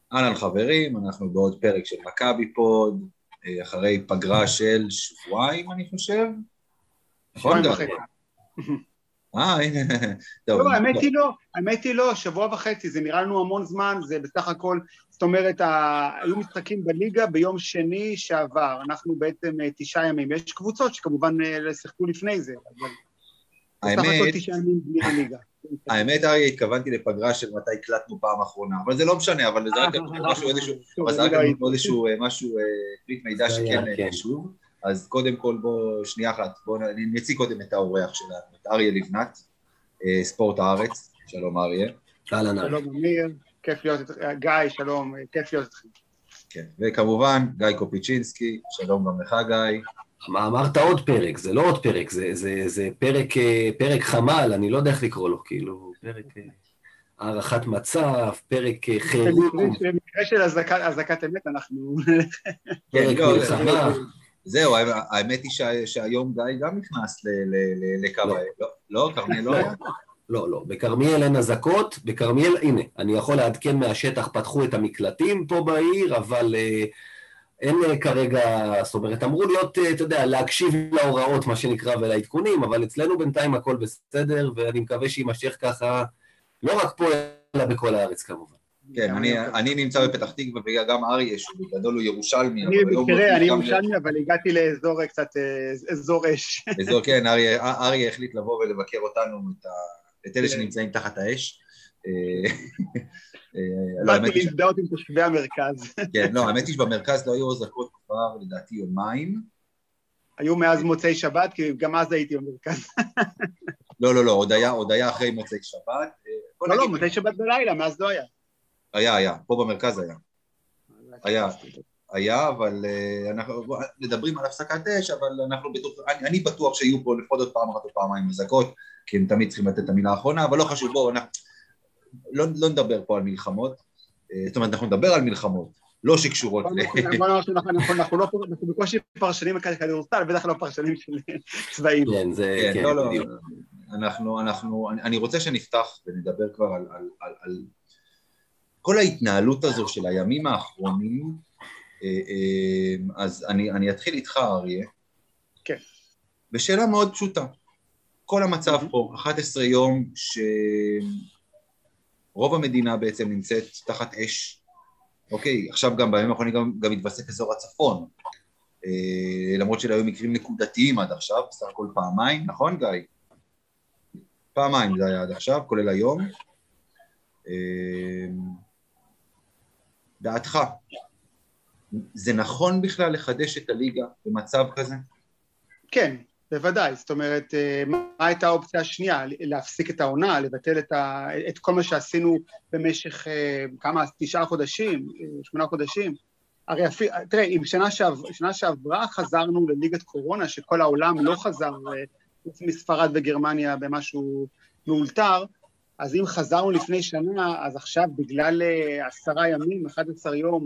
אהלן חברים, אנחנו בעוד פרק של מכבי פוד, אחרי פגרה של שבועיים אני חושב, נכון שבועיים גיא? וחצי. הנה, טוב, לא, האמת היא לא, שבוע וחצי, זה נראה לנו המון זמן, זה בסך הכל, זאת אומרת, היו משחקים בליגה ביום שני שעבר, אנחנו בעצם 9 ימים, יש קבוצות שכמובן שיחקו לפני זה, אבל בסך הכל 9 ימים בלי הליגה. האמת אריה, התכוונתי לפגרה של מתי הקלטנו פעם אחרונה, אבל זה לא משנה, אבל זה רק איזשהו משהו, פריט מידע שכן חשוב, אז קודם כל בוא, שנייה אחת, אני נציג קודם את האורח שלנו, את אריה לבנת, ספורט הארץ, שלום אריה. שלום אמיר, כיף להיות איתך, גיא, שלום, כיף להיות איתכם. כן, וכמובן גיא קופיצ'ינסקי, שלום גם לך גיא. מה אמרת עוד פרק, זה לא עוד פרק, זה פרק חמל, אני לא יודע איך לקרוא לו, כאילו, פרק הערכת מצב, פרק חירום. במקרה של הזעקת אמת אנחנו... פרק מלחמה. זהו, האמת היא שהיום גיא גם נכנס לקרמיאל, לא? קרמיאל לא היה? לא, בקרמיאל אין אזעקות, בקרמיאל, הנה, אני יכול לעדכן מהשטח, פתחו את המקלטים פה בעיר, אבל אין כרגע, זאת אומרת, אמרו להיות, אתה יודע, להקשיב להוראות, מה שנקרא, ולעדכונים, אבל אצלנו בינתיים הכל בסדר, ואני מקווה שימשך ככה, לא רק פה, אלא בכל הארץ כמובן. כן, אני נמצא בפתח תקווה, וגם אריה, שהוא בגדול הוא ירושלמי. אני ירושלמי, אבל הגעתי לאזור קצת, אזור אש. אזור, כן, אריה החליט לבוא ולבקר אותנו, את אלה שנמצאים תחת האש. באתי להזדהות עם תושבי המרכז. כן, לא, האמת היא שבמרכז לא היו אזעקות כבר, לדעתי, יומיים. היו מאז מוצאי שבת, כי גם אז הייתי במרכז. לא, עוד היה אחרי מוצאי שבת. לא, מוצאי שבת בלילה, מאז לא היה. היה, פה במרכז היה, אבל אנחנו מדברים על הפסקת אש, אבל אני בטוח שיהיו פה לפחות עוד פעם אחת או פעמיים אזעקות, כי הם תמיד צריכים לתת את המילה האחרונה, אבל לא חשוב, בואו, לא נדבר פה על מלחמות, זאת אומרת, אנחנו נדבר על מלחמות, לא שקשורות אנחנו בקושי פרשנים כדורסל, בטח לא פרשנים של צבאים. כן, זה, כן, בדיוק. אני רוצה שנפתח ונדבר כבר על כל ההתנהלות הזו של הימים האחרונים, אז אני אתחיל איתך, אריה. כן. בשאלה מאוד פשוטה. כל המצב פה, 11 יום שרוב המדינה בעצם נמצאת תחת אש. אוקיי, עכשיו גם בימים האחרונים גם התווסף אזור הצפון. למרות שהיו מקרים נקודתיים עד עכשיו, בסך הכל פעמיים, נכון גיא? פעמיים זה היה עד עכשיו, כולל היום. דעתך, זה נכון בכלל לחדש את הליגה במצב כזה? כן, בוודאי. זאת אומרת, מה הייתה האופציה השנייה? להפסיק את העונה, לבטל את כל מה שעשינו במשך כמה, 9 חודשים, 8 חודשים. הרי תראה, אם שנה שעברה חזרנו לליגת קורונה, שכל העולם לא חזר מספרד וגרמניה במשהו מאולתר, אז אם חזרנו לפני שנה, אז עכשיו בגלל 10 ימים, 11 יום,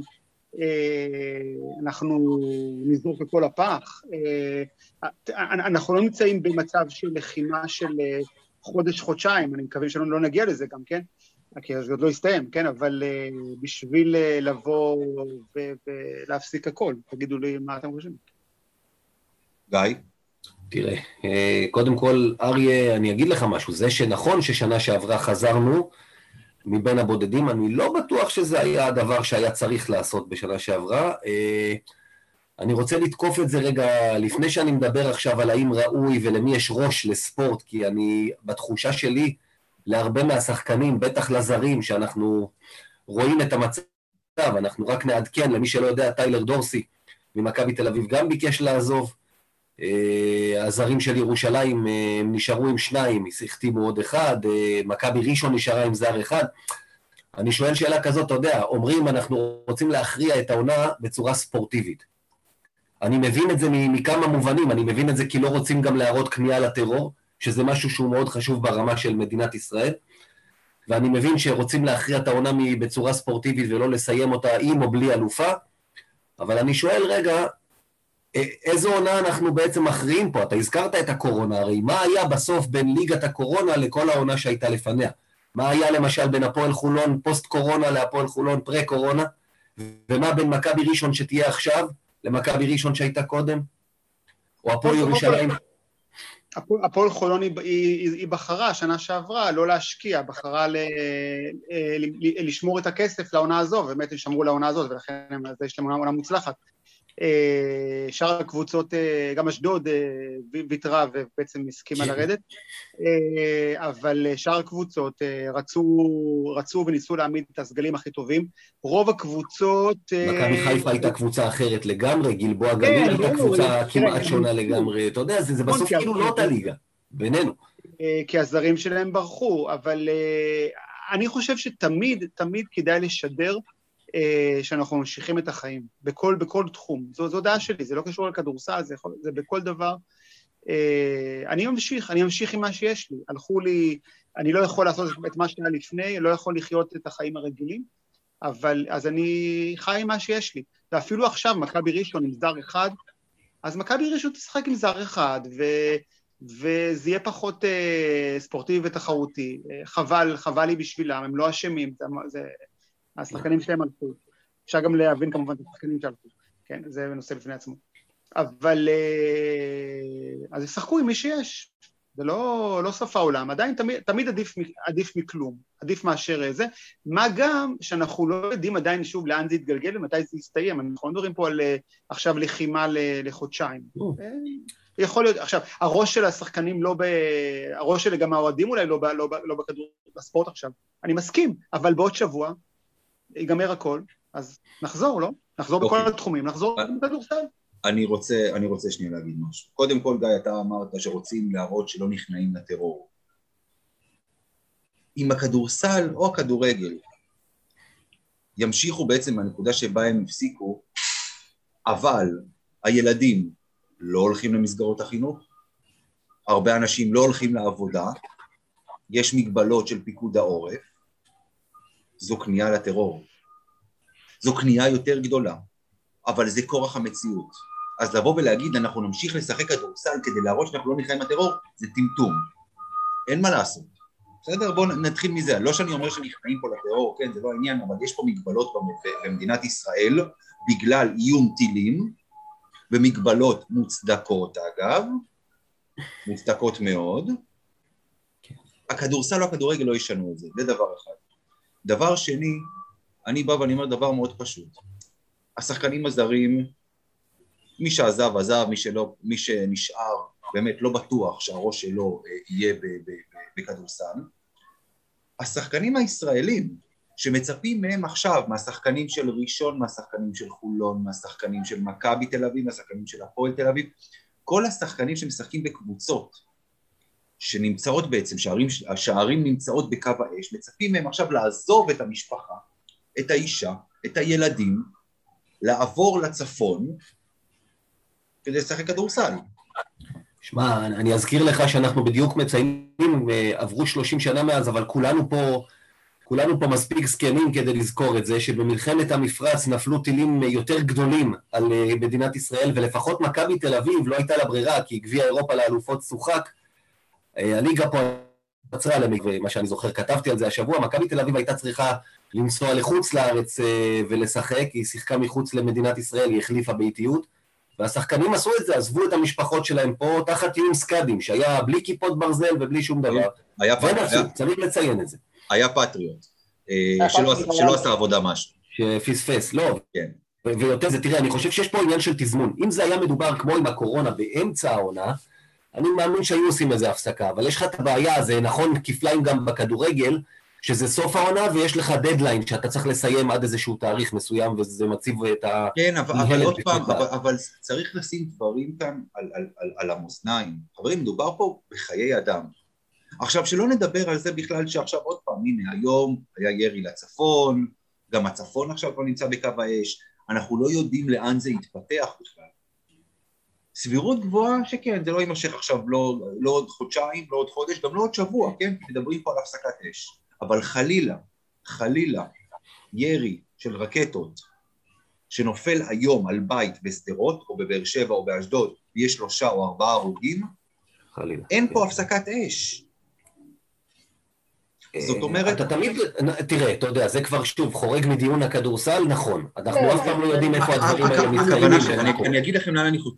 אנחנו נזרוק לכל הפח. אנחנו לא נמצאים במצב של לחימה של חודש-חודשיים, אני מקווה שלא נגיע לזה גם, כן? כי זה עוד לא יסתיים, כן? אבל בשביל לבוא ולהפסיק הכל, תגידו לי מה אתם חושבים. גיא? תראה, קודם כל, אריה, אני אגיד לך משהו, זה שנכון ששנה שעברה חזרנו מבין הבודדים, אני לא בטוח שזה היה הדבר שהיה צריך לעשות בשנה שעברה. אני רוצה לתקוף את זה רגע, לפני שאני מדבר עכשיו על האם ראוי ולמי יש ראש לספורט, כי אני, בתחושה שלי, להרבה מהשחקנים, בטח לזרים, שאנחנו רואים את המצב, אנחנו רק נעדכן, למי שלא יודע, טיילר דורסי ממכבי תל אביב גם ביקש לעזוב, הזרים של ירושלים נשארו עם 2, החתימו עוד 1, מכבי ראשון נשארה עם זר 1. אני שואל שאלה כזאת, אתה יודע, אומרים אנחנו רוצים להכריע את העונה בצורה ספורטיבית. אני מבין את זה מכמה מובנים, אני מבין את זה כי לא רוצים גם להראות כניעה לטרור, שזה משהו שהוא מאוד חשוב ברמה של מדינת ישראל, ואני מבין שרוצים להכריע את העונה בצורה ספורטיבית ולא לסיים אותה עם או בלי אלופה, אבל אני שואל רגע, איזו עונה אנחנו בעצם מכריעים פה? אתה הזכרת את הקורונה, הרי מה היה בסוף בין ליגת הקורונה לכל העונה שהייתה לפניה? מה היה למשל בין הפועל חולון פוסט-קורונה להפועל חולון פרה-קורונה, ומה בין מכבי ראשון שתהיה עכשיו למכבי ראשון שהייתה קודם, או הפועל ירושלים. הפועל חולון היא בחרה שנה שעברה לא להשקיע, בחרה לשמור את הכסף לעונה הזו, ובאמת הם שמרו לעונה הזאת, ולכן יש להם עונה מוצלחת. שאר הקבוצות, גם אשדוד ויתרה ובעצם הסכימה לרדת, אבל שאר הקבוצות רצו וניסו להעמיד את הסגלים הכי טובים. רוב הקבוצות... מכבי חיפה הייתה קבוצה אחרת לגמרי, גלבוע גליל הייתה קבוצה כמעט שונה לגמרי, אתה יודע, זה בסוף כאילו לא אותה ליגה, בינינו. כי הזרים שלהם ברחו, אבל אני חושב שתמיד כדאי לשדר שאנחנו ממשיכים את החיים, בכל תחום. זו דעה שלי, זה לא קשור לכדורסל, זה בכל דבר. אני ממשיך עם מה שיש לי. הלכו לי, אני לא יכול לעשות את מה שהיה לפני, לא יכול לחיות את החיים הרגילים, אבל אז אני חי עם מה שיש לי. ואפילו עכשיו, מכבי ראשון עם זר אחד, אז מכבי ראשון תשחק עם זר אחד, וזה יהיה פחות ספורטיבי ותחרותי. חבל לי בשבילם, הם לא אשמים, השחקנים שלהם הלכו. אפשר גם להבין כמובן את השחקנים שהלכו. כן, זה נושא בפני עצמו. אבל אז ישחקו עם מי שיש. זה לא סוף העולם. עדיין תמיד עדיף מכלום. עדיף מאשר זה. מה גם שאנחנו לא יודעים עדיין שוב לאן זה יתגלגל ומתי זה יסתיים. אנחנו מדברים פה על עכשיו לחימה לחודשיים. יכול להיות, עכשיו, הראש של השחקנים הראש של גם האוהדים אולי לא בכדור, בספורט עכשיו. אני מסכים, אבל בעוד שבוע ייגמר הכל, אז נחזור, לא? נחזור בכל התחומים, נחזור בכדורסל. אני רוצה שנייה להגיד משהו. קודם כל, גיא, אתה אמרת שרוצים להראות שלא נכנעים לטרור. אם הכדורסל או הכדורגל ימשיכו בעצם מהנקודה שבה הם הפסיקו, אבל הילדים לא הולכים למסגרות החינוך, הרבה אנשים לא הולכים לעבודה, יש מגבלות של פיקוד העורף, זו כניעה לטרור. זו כניעה יותר גדולה, אבל זה כורח המציאות. אז לבוא ולהגיד, אנחנו נמשיך לשחק כדורסל כדי להראות שאנחנו לא נכנעים לטרור, זה טמטום. אין מה לעשות. בסדר? בואו נתחיל מזה. לא שאני אומר שנכנעים פה לטרור, כן, זה לא העניין, אבל יש פה מגבלות במדינת ישראל, בגלל איום טילים, ומגבלות מוצדקות, אגב, מוצדקות מאוד. הכדורסל או הכדורגל לא ישנו את זה, זה דבר אחד. דבר שני, אני בא ואני אומר דבר מאוד פשוט. השחקנים הזרים, מי שעזב, עזב, מי שנשאר, באמת לא בטוח שהראש שלו יהיה בכדורסל. השחקנים הישראלים, שמצפים מהם עכשיו, מהשחקנים של ראשון, מהשחקנים של חולון, מהשחקנים של מכבי תל אביב, מהשחקנים של הפועל תל אביב, כל השחקנים שמשחקים בקבוצות, שנמצאות בעצם, שהערים נמצאות בקו האש, מצפים מהם עכשיו לעזוב את המשפחה, את האישה, את הילדים, לעבור לצפון, כדי לשחק כדורסל. שמע, אני אזכיר לך שאנחנו בדיוק מציינים, עברו 30 שנה מאז, אבל כולנו פה מספיק זקנים כדי לזכור את זה, שבמלחמת המפרץ נפלו טילים יותר גדולים על מדינת ישראל, ולפחות מכבי תל אביב לא הייתה לה ברירה, כי גביע אירופה לאלופות שוחק, הליגה פה עצרה למקווה, מה שאני זוכר, כתבתי על זה השבוע, מכבי תל אביב הייתה צריכה לנסוע לחוץ לארץ ולשחק, היא שיחקה מחוץ למדינת ישראל, היא החליפה באיטיות, והשחקנים עשו את זה, עזבו את המשפחות שלהם פה, תחת איום סקאדים, שהיה בלי כיפות ברזל ובלי שום דבר, צריך לציין את זה. היה פטריוט, שלא עשה עבודה משהו. שפספס, לא. כן. ויותר זה, תראה, אני חושב שיש פה עניין של תזמון. אם זה היה מדובר כמו עם הקורונה באמצע העונה, אני מאמין שהיו עושים איזה הפסקה, אבל יש לך את הבעיה, זה נכון כפליים גם בכדורגל, שזה סוף העונה ויש לך דדליין שאתה צריך לסיים עד איזשהו תאריך מסוים, וזה מציב את ה... כן, אבל עוד פעם, אבל צריך לשים דברים כאן על המאזניים. חברים, מדובר פה בחיי אדם. עכשיו, שלא נדבר על זה בכלל שעכשיו עוד פעם, הנה, היום היה ירי לצפון, גם הצפון עכשיו כבר נמצא בקו האש, אנחנו לא יודעים לאן זה יתפתח בכלל. סבירות גבוהה שכן, זה לא יימשך עכשיו, לא עוד חודשיים, לא עוד חודש, גם לא עוד שבוע, כן? מדברים פה על הפסקת אש. אבל חלילה, ירי של רקטות, שנופל היום על בית בסדרות, או בבאר שבע או באשדוד, ויש 3 או 4 הרוגים, אין פה הפסקת אש. זאת אומרת... אתה תמיד, תראה, אתה יודע, זה כבר שוב חורג מדיון הכדורסל, נכון. אנחנו אף פעם לא יודעים איפה הדברים האלה מתקיימים. אני אגיד לכם לאן אני חותר.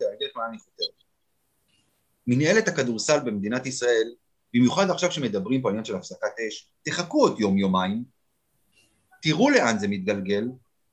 מנהלת הכדורסל במדינת ישראל, במיוחד עכשיו שמדברים פה על עניין של הפסקת אש, תחכו עוד יום-יומיים, תראו לאן זה מתגלגל,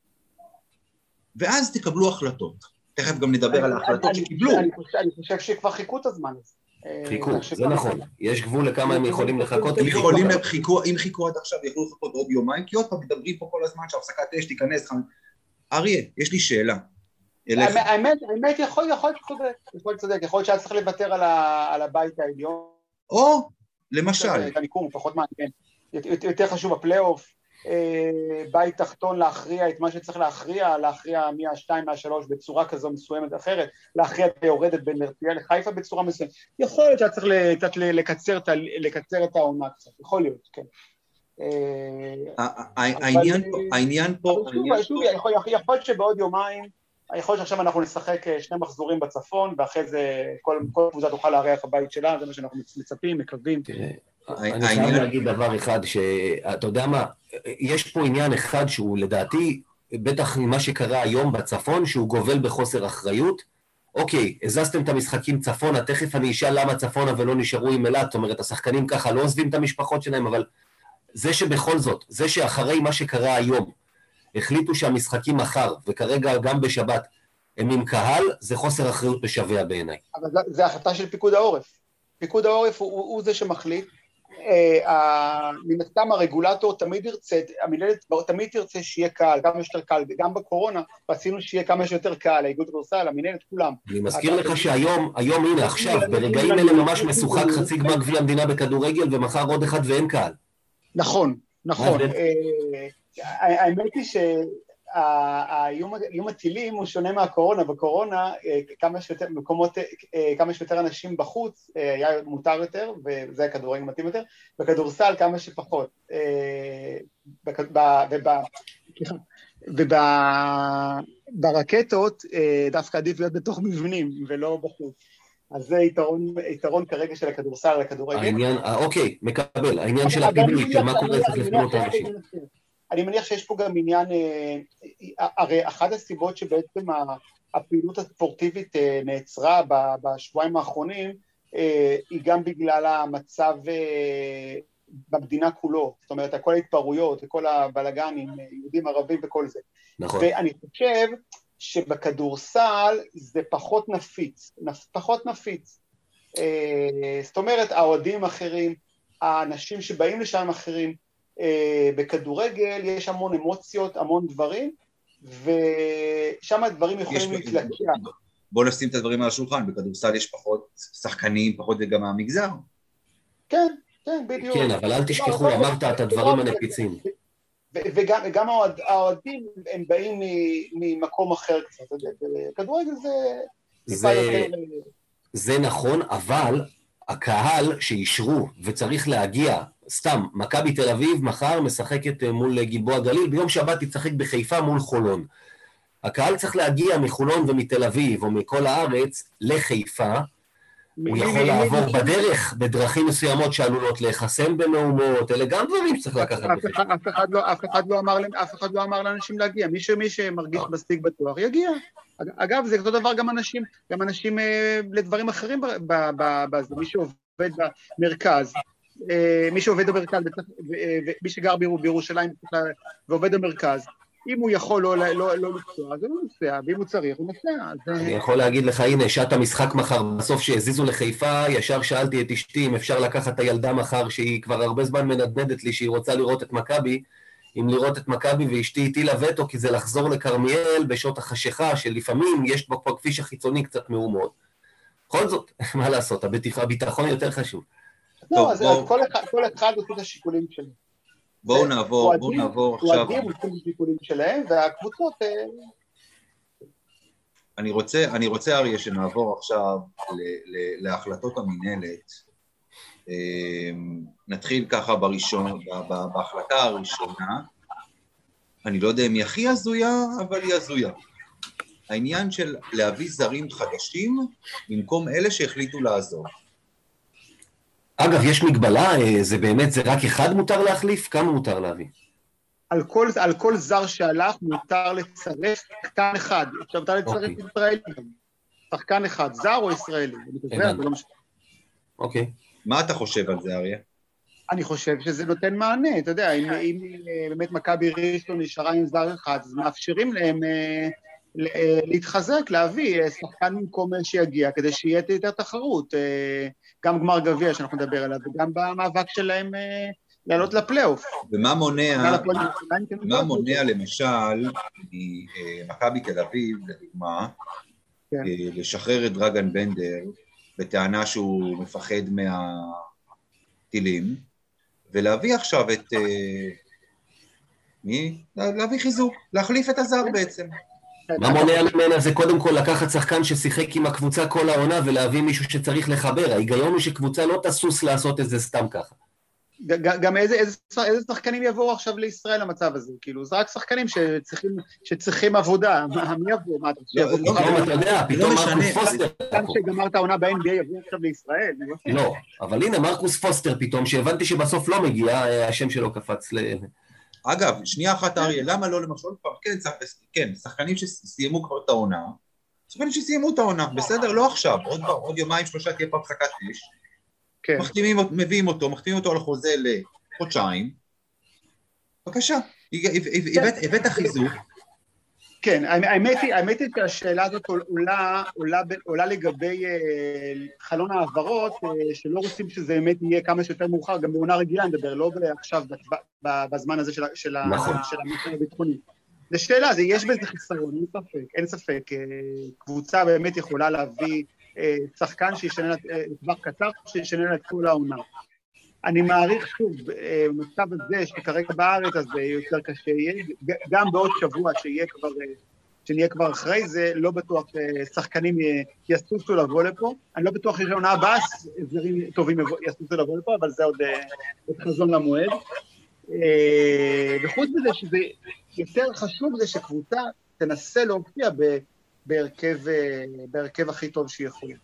ואז תקבלו החלטות. תכף גם נדבר על ההחלטות שקיבלו. אני חושב שכבר חיכו את הזמן הזה. חיכו, זה נכון. יש גבול לכמה הם יכולים לחכות. אם חיכו עד עכשיו, יכולו לחכות עוד יומיים, כי עוד פעם מדברים פה כל הזמן שהפסקת אש תיכנס. אריה, יש לי שאלה. האמת יכול להיות צודק, יכול להיות שהיה צריך לוותר על הבית העליון. או, למשל. המיקום, פחות מעניין. יותר חשוב הפלייאוף, בית תחתון להכריע את מה שצריך להכריע מה-2, מה-3 בצורה כזו מסוימת אחרת, להכריע את היורדת בין הרצליה לחיפה בצורה מסוימת. יכול להיות שהיה צריך לקצר את העונה קצת, יכול להיות, כן. העניין פה... יכול להיות שבעוד יומיים, יכול להיות שעכשיו אנחנו נשחק 2 מחזורים בצפון, ואחרי זה כל קבוצה תוכל להריח הבית שלה, זה מה שאנחנו מצפים, מקווים. אני חייב להגיד דבר אחד, שאתה יודע מה, יש פה עניין אחד שהוא לדעתי, בטח ממה שקרה היום בצפון, שהוא גובל בחוסר אחריות. אוקיי, הזזתם את המשחקים צפונה, תכף אני אשאל למה צפונה ולא נשארו עם אילת, זאת אומרת, השחקנים ככה לא עוזבים את המשפחות שלהם, אבל זה שבכל זאת, זה שאחרי מה שקרה היום, החליטו שהמשחקים מחר, וכרגע גם בשבת, הם עם קהל, זה חוסר אחריות בשווה בעיניי. אבל זה החלטה של פיקוד העורף. פיקוד העורף הוא זה שמחליט, מן הסתם הרגולטור תמיד ירצה, המנהלת תמיד תרצה שיהיה קהל, כמה שיותר קהל, גם בקורונה רצינו שיהיה כמה שיותר קהל, האיגוד הכדורסל, המנהלת, כולם. אני מזכיר לך שהיום, הנה עכשיו, ברגעים אלה ממש משוחק חצי גמר גביע המדינה בכדורגל, ומחר עוד אחד ואין קהל. נכון. האמת היא שהאיום הטילים הוא שונה מהקורונה, בקורונה כמה שיותר אנשים בחוץ היה מותר יותר, וזה הכדורגל מתאים יותר, בכדורסל כמה שפחות, וברקטות דווקא עדיף להיות בתוך מבנים ולא בחוץ. אז זה יתרון כרגע של הכדורסל לכדורגל. אוקיי, מקבל, העניין של הפינוי, של מה קורה צריך לפנות האנשים. אני מניח שיש פה גם עניין, הרי אחת הסיבות שבעצם הפעילות הספורטיבית נעצרה בשבועיים האחרונים, היא גם בגלל המצב במדינה כולו, זאת אומרת, כל ההתפרעויות וכל הבלגנים, יהודים ערבים וכל זה. נכון. ואני חושב שבכדורסל זה פחות נפיץ. זאת אומרת, האוהדים אחרים, האנשים שבאים לשם אחרים, בכדורגל יש המון אמוציות, המון דברים, ושם הדברים יכולים להתלקח. בואו נשים את הדברים על השולחן, בכדורסל יש פחות שחקנים, פחות וגם מהמגזר. כן, בדיוק. כן, אבל אל תשכחו, אמרת את הדברים הנפיצים. וגם האוהדים הם באים ממקום אחר קצת, כדורגל זה נכון, אבל הקהל שישרו וצריך להגיע, סתם, מכבי תל אביב מחר משחקת מול גלבוע גליל, ביום שבת תשחק בחיפה מול חולון. הקהל צריך להגיע מחולון ומתל אביב או מכל הארץ לחיפה, הוא יכול לעבור בדרך, בדרכים מסוימות שעלולות להיחסם במהומות, אלה גם דברים שצריך לקחת בחשבון. אף אחד לא אמר לאנשים להגיע, מי שמרגיש מספיק בטוח יגיע. אגב, זה אותו דבר גם אנשים לדברים אחרים, מי שעובד במרכז, מי שגר בירושלים ועובד במרכז, אם הוא יכול לא לנסוע, אז הוא לא נוסע, ואם הוא צריך, הוא נוסע. אני יכול להגיד לך, הנה, שעת המשחק מחר, בסוף שהזיזו לחיפה, ישר שאלתי את אשתי אם אפשר לקחת את הילדה מחר, שהיא כבר הרבה זמן מנדנדת לי, שהיא רוצה לראות את מכבי, אם לראות את מכבי ואשתי איתי לווטו, כי זה לחזור לכרמיאל בשעות החשיכה, שלפעמים יש בו כבר כביש החיצוני קצת מהומות. בכל זאת, מה לעשות, הביטחון יותר חשוב. לא, אז כל אחד עושה את השיקולים שלו. בואו נעבור עכשיו. אוהדים עושים את השיקולים שלהם, והקבוצות... אני רוצה, אריה, שנעבור עכשיו להחלטות המנהלת. נתחיל ככה בהחלטה הראשונה. אני לא יודע אם היא הכי הזויה, אבל היא הזויה. העניין של להביא זרים חדשים במקום אלה שהחליטו לעזור. אגב, יש מגבלה, זה באמת, זה רק אחד מותר להחליף? כמה מותר להביא? על כל זר שהלך מותר לצרף שחקן אחד. עכשיו מותר לצרף ישראלי גם. שחקן אחד, זר או ישראלי? אוקיי. מה אתה חושב על זה, אריה? אני חושב שזה נותן מענה, אתה יודע, אם באמת מכבי ראשון נשארה עם זר אחד, אז מאפשרים להם להתחזק, להביא שחקן במקום שיגיע, כדי שיהיה יותר תחרות, גם גמר גביע שאנחנו נדבר עליו, וגם במאבק שלהם לעלות לפלייאוף. ומה מונע למשל ממכבי תל אביב, לדוגמה, לשחרר את דרגן בנדר, בטענה שהוא מפחד מהטילים, ולהביא עכשיו את... להביא חיזוק, להחליף את הזר בעצם. מה מונע ממנה זה קודם כל לקחת שחקן ששיחק עם הקבוצה כל העונה ולהביא מישהו שצריך לחבר. ההיגיון הוא שקבוצה לא תסוס לעשות את זה סתם ככה. גם איזה שחקנים יבואו עכשיו לישראל למצב הזה? כאילו, זה רק שחקנים שצריכים עבודה. מי יבואו? מה אתה חושב? אתה יודע, פתאום מרקוס פוסטר. גם שגמר את העונה ב-NBA יבואו עכשיו לישראל. לא, אבל הנה, מרקוס פוסטר פתאום, שהבנתי שבסוף לא מגיע, השם שלו קפץ אגב, שנייה אחת אריה, למה לא למשל כבר? כן, שחקנים שסיימו כבר את העונה, שחקנים שסיימו את העונה, בסדר, לא עכשיו, עוד יומיים שלושה תהיה פה הפסקת אש, מביאים אותו על חוזה לחודשיים, בבקשה, הבאת חיזוק. כן, האמת היא שהשאלה הזאת עולה לגבי חלון העברות, שלא רוצים שזה באמת יהיה כמה שיותר מאוחר, גם בעונה רגילה נדבר, לא עכשיו בזמן הזה של המחיר הביטחוני. זו שאלה, יש בזה חיסרון, אין ספק, קבוצה באמת יכולה להביא שחקן שישנה לטווח קצר, שישנה את כל העונה. אני מעריך שוב, במצב הזה שכרגע בארץ, אז יותר קשה יהיה, גם בעוד שבוע שנהיה כבר אחרי זה, לא בטוח ששחקנים יסוסו לבוא לפה, אני לא בטוח שיש עונה הבאה, זרים טובים יסוסו לבוא לפה, אבל זה עוד חזון למועד. וחוץ מזה שזה יותר חשוב זה שקבוצה תנסה להופיע בהרכב הכי טוב שהיא יכולה.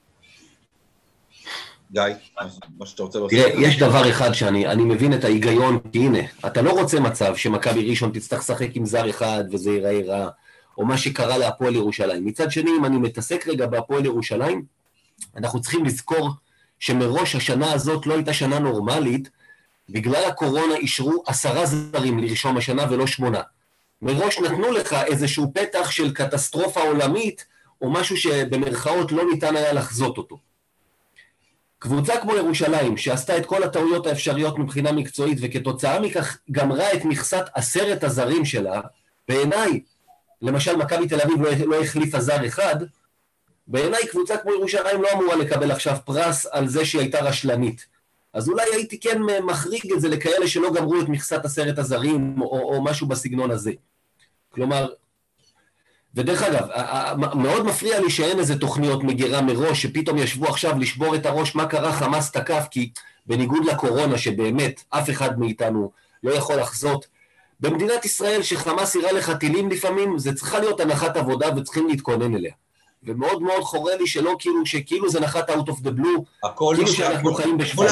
גיא, מה שאתה רוצה להוסיף. תראה, יש דבר אחד שאני מבין את ההיגיון, כי הנה, אתה לא רוצה מצב שמכבי ראשון תצטרך לשחק עם זר אחד וזה ייראה רע, או מה שקרה להפועל ירושלים. מצד שני, אם אני מתעסק רגע בהפועל ירושלים, אנחנו צריכים לזכור שמראש השנה הזאת לא הייתה שנה נורמלית, בגלל הקורונה אישרו 10 זרים לרשום השנה ולא 8. מראש נתנו לך איזשהו פתח של קטסטרופה עולמית, או משהו שבמרכאות לא ניתן היה לחזות אותו. קבוצה כמו ירושלים, שעשתה את כל הטעויות האפשריות מבחינה מקצועית, וכתוצאה מכך גמרה את מכסת 10 הזרים שלה, בעיניי, למשל מכבי תל אביב לא החליפה זר אחד, בעיניי קבוצה כמו ירושלים לא אמורה לקבל עכשיו פרס על זה שהיא הייתה רשלנית. אז אולי הייתי כן מחריג את זה לכאלה שלא גמרו את מכסת 10 הזרים, או משהו בסגנון הזה. כלומר, ודרך אגב, מאוד מפריע לי שאין איזה תוכניות מגירה מראש, שפתאום ישבו עכשיו לשבור את הראש מה קרה חמאס תקף, כי בניגוד לקורונה שבאמת אף אחד מאיתנו לא יכול לחזות, במדינת ישראל שחמאס יראה לך טילים לפעמים, זה צריכה להיות הנחת עבודה וצריכים להתכונן אליה. ומאוד מאוד חורה לי שלא שכאילו זה נחת out of the blue, כאילו שאנחנו חיים בשוויץ.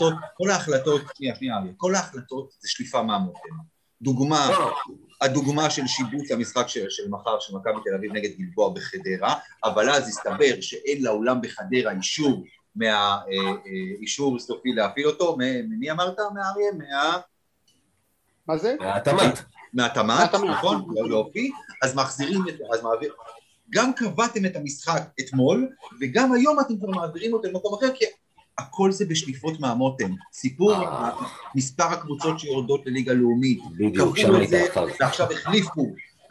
כל ההחלטות זה שליפה מהמותן. הדוגמה של שיבוץ המשחק של מחר של מכבי תל אביב נגד גלבוע בחדרה, אבל אז הסתבר שאין לאולם בחדרה אישור סופי להפעיל אותו. מי אמרת? מהאריה? מה זה? מהתמ"ת, נכון? להופי. אז מחזירים את זה, גם קבעתם את המשחק אתמול, וגם היום אתם כבר מעבירים אותו למקום אחר, כי הכל זה בשליפות מהמותן. סיפור מספר הקבוצות שיורדות לליגה לאומית. בדיוק, שם הייתה אחר. ועכשיו החליפו.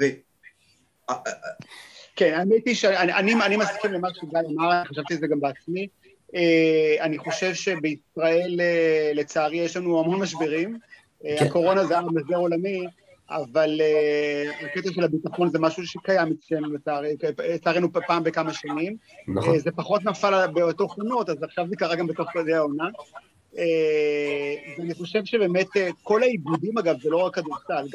כן, האמת היא שאני מסכים למה שגיא אמר, חשבתי את זה גם בעצמי. אני חושב שבישראל, לצערי, יש לנו המון משברים. הקורונה זה משבר עולמי, אבל הקטע של הביטחון זה משהו שקיים אצלנו לצערנו פעם בכמה שנים. זה פחות נפל באותו חונות, אז עכשיו זה קרה גם בתוך כדי העונה. ואני חושב שבאמת כל האיגודים, אגב, זה לא רק כדורסל,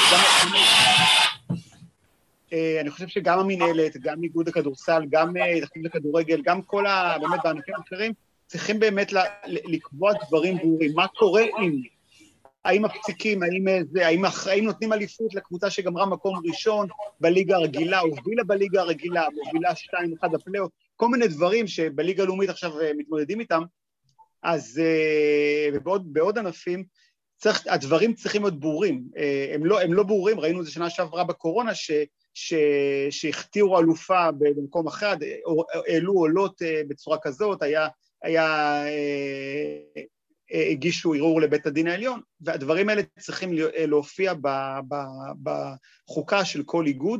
אני חושב שגם המנהלת, גם איגוד הכדורסל, גם התאחדות לכדורגל, גם כל באמת בענפים אחרים, צריכים באמת לקבוע דברים ברורים, מה קורה אם, האם מפסיקים, האם נותנים אליפות לקבוצה שגמרה מקום ראשון בליגה הרגילה, הובילה בליגה הרגילה, מובילה 2-1 בפלייאוף, כל מיני דברים שבליגה הלאומית עכשיו מתמודדים איתם, אז בעוד ענפים, הדברים צריכים להיות ברורים, הם לא ברורים, ראינו את זה שנה שעברה בקורונה, שהכתירו אלופה במקום אחד, העלו עולות בצורה כזאת, הגישו ערעור לבית הדין העליון, והדברים האלה צריכים להופיע בחוקה של כל איגוד.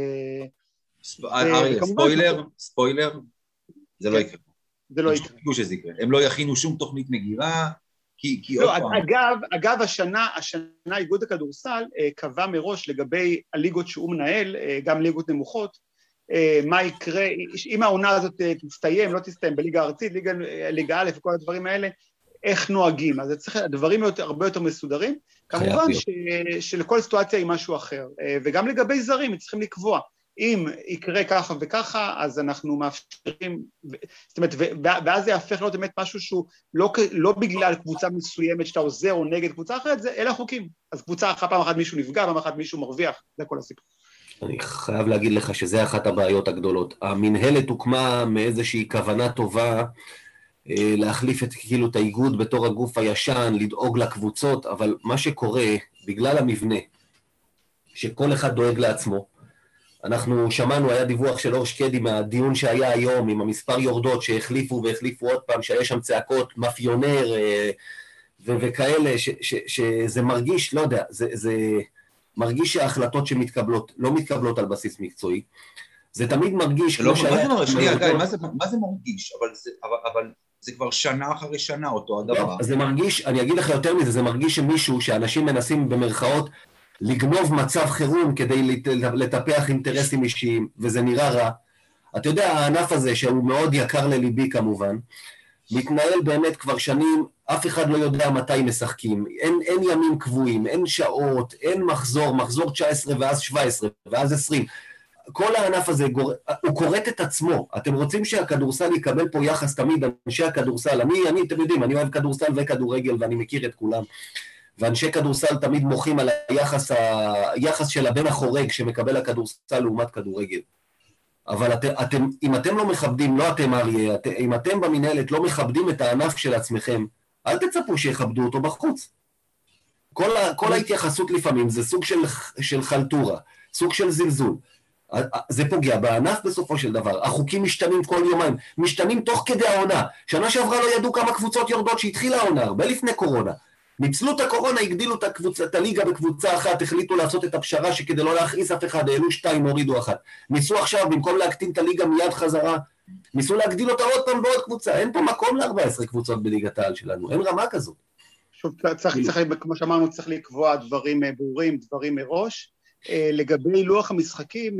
ספוילר, זה לא יקרה. זה לא יקרה. הם לא יכינו שום תוכנית מגירה, לא, אגב, השנה איגוד הכדורסל קבע מראש לגבי הליגות שהוא מנהל, גם ליגות נמוכות, מה יקרה, אם העונה הזאת תסתיים, לא תסתיים בליגה הארצית, ליגה א' וכל הדברים האלה, איך נוהגים, אז צריך, הדברים הרבה יותר מסודרים, כמובן שלכל סיטואציה היא משהו אחר, וגם לגבי זרים, צריכים לקבוע, אם יקרה ככה וככה, אז אנחנו מאפשרים, זאת אומרת, ואז זה יהפך להיות באמת משהו שהוא לא בגלל קבוצה מסוימת שאתה עוזר או נגד קבוצה אחרת, אלה חוקים, אז קבוצה אחת, פעם אחת מישהו נפגע, פעם אחת מישהו מרוויח, זה כל הסיפור. אני חייב להגיד לך שזה אחת הבעיות הגדולות. המנהלת הוקמה מאיזושהי כוונה טובה, להחליף כאילו את האיגוד בתור הגוף הישן, לדאוג לקבוצות, אבל מה שקורה, בגלל המבנה, שכל אחד דואג לעצמו, אנחנו שמענו, היה דיווח של אור שקדי מהדיון שהיה היום, עם המספר יורדות שהחליפו והחליפו עוד פעם, שהיה שם צעקות, מאפיונר וכאלה, שזה מרגיש, לא יודע, זה מרגיש שההחלטות שמתקבלות, לא מתקבלות על בסיס מקצועי, זה תמיד מרגיש... שנייה, גיא, מה זה מרגיש? אבל זה כבר שנה אחרי שנה אותו הדבר. זה מרגיש, אני אגיד לך יותר מזה, זה מרגיש שמישהו, שאנשים מנסים במרכאות לגנוב מצב חירום כדי לטפח אינטרסים אישיים, וזה נראה רע. אתה יודע, הענף הזה, שהוא מאוד יקר לליבי כמובן, מתנהל באמת כבר שנים, אף אחד לא יודע מתי משחקים, אין ימים קבועים, אין שעות, אין מחזור 19 ואז 17 ואז 20, כל הענף הזה, הוא קוראת את עצמו. אתם רוצים שהכדורסל יקבל פה יחס תמיד, אנשי הכדורסל, אתם יודעים, אני אוהב כדורסל וכדורגל ואני מכיר את כולם, ואנשי כדורסל תמיד מוחים על היחס של הבן החורג שמקבל הכדורסל לעומת כדורגל. אבל אם אתם לא מכבדים, לא אתם אריה, אם אתם במנהלת לא מכבדים את הענף של עצמכם, אל תצפו שיכבדו אותו בחוץ. כל ההתייחסות לפעמים זה סוג של חלטורה, סוג של זלזול. זה פוגע בענף בסופו של דבר. החוקים משתנים כל יומיים, משתנים תוך כדי העונה. שנה שעברה לא ידעו כמה קבוצות יורדות שהתחילה העונה, הרבה לפני קורונה. ניצלו את הקורונה, הגדילו את הליגה בקבוצה אחת, החליטו לעשות את הפשרה שכדי לא להכעיס אף אחד, העלו 2, הורידו 1. ניסו עכשיו, במקום להקטין את הליגה מיד חזרה, ניסו להגדיל אותה עוד פעם בעוד קבוצה. אין פה מקום ל-14 קבוצות בליגת העל שלנו, אין רמה כזאת. שוב, כמו שאמרנו, צריך לקבוע דברים ברורים, דברים מראש. לגבי לוח המשחקים,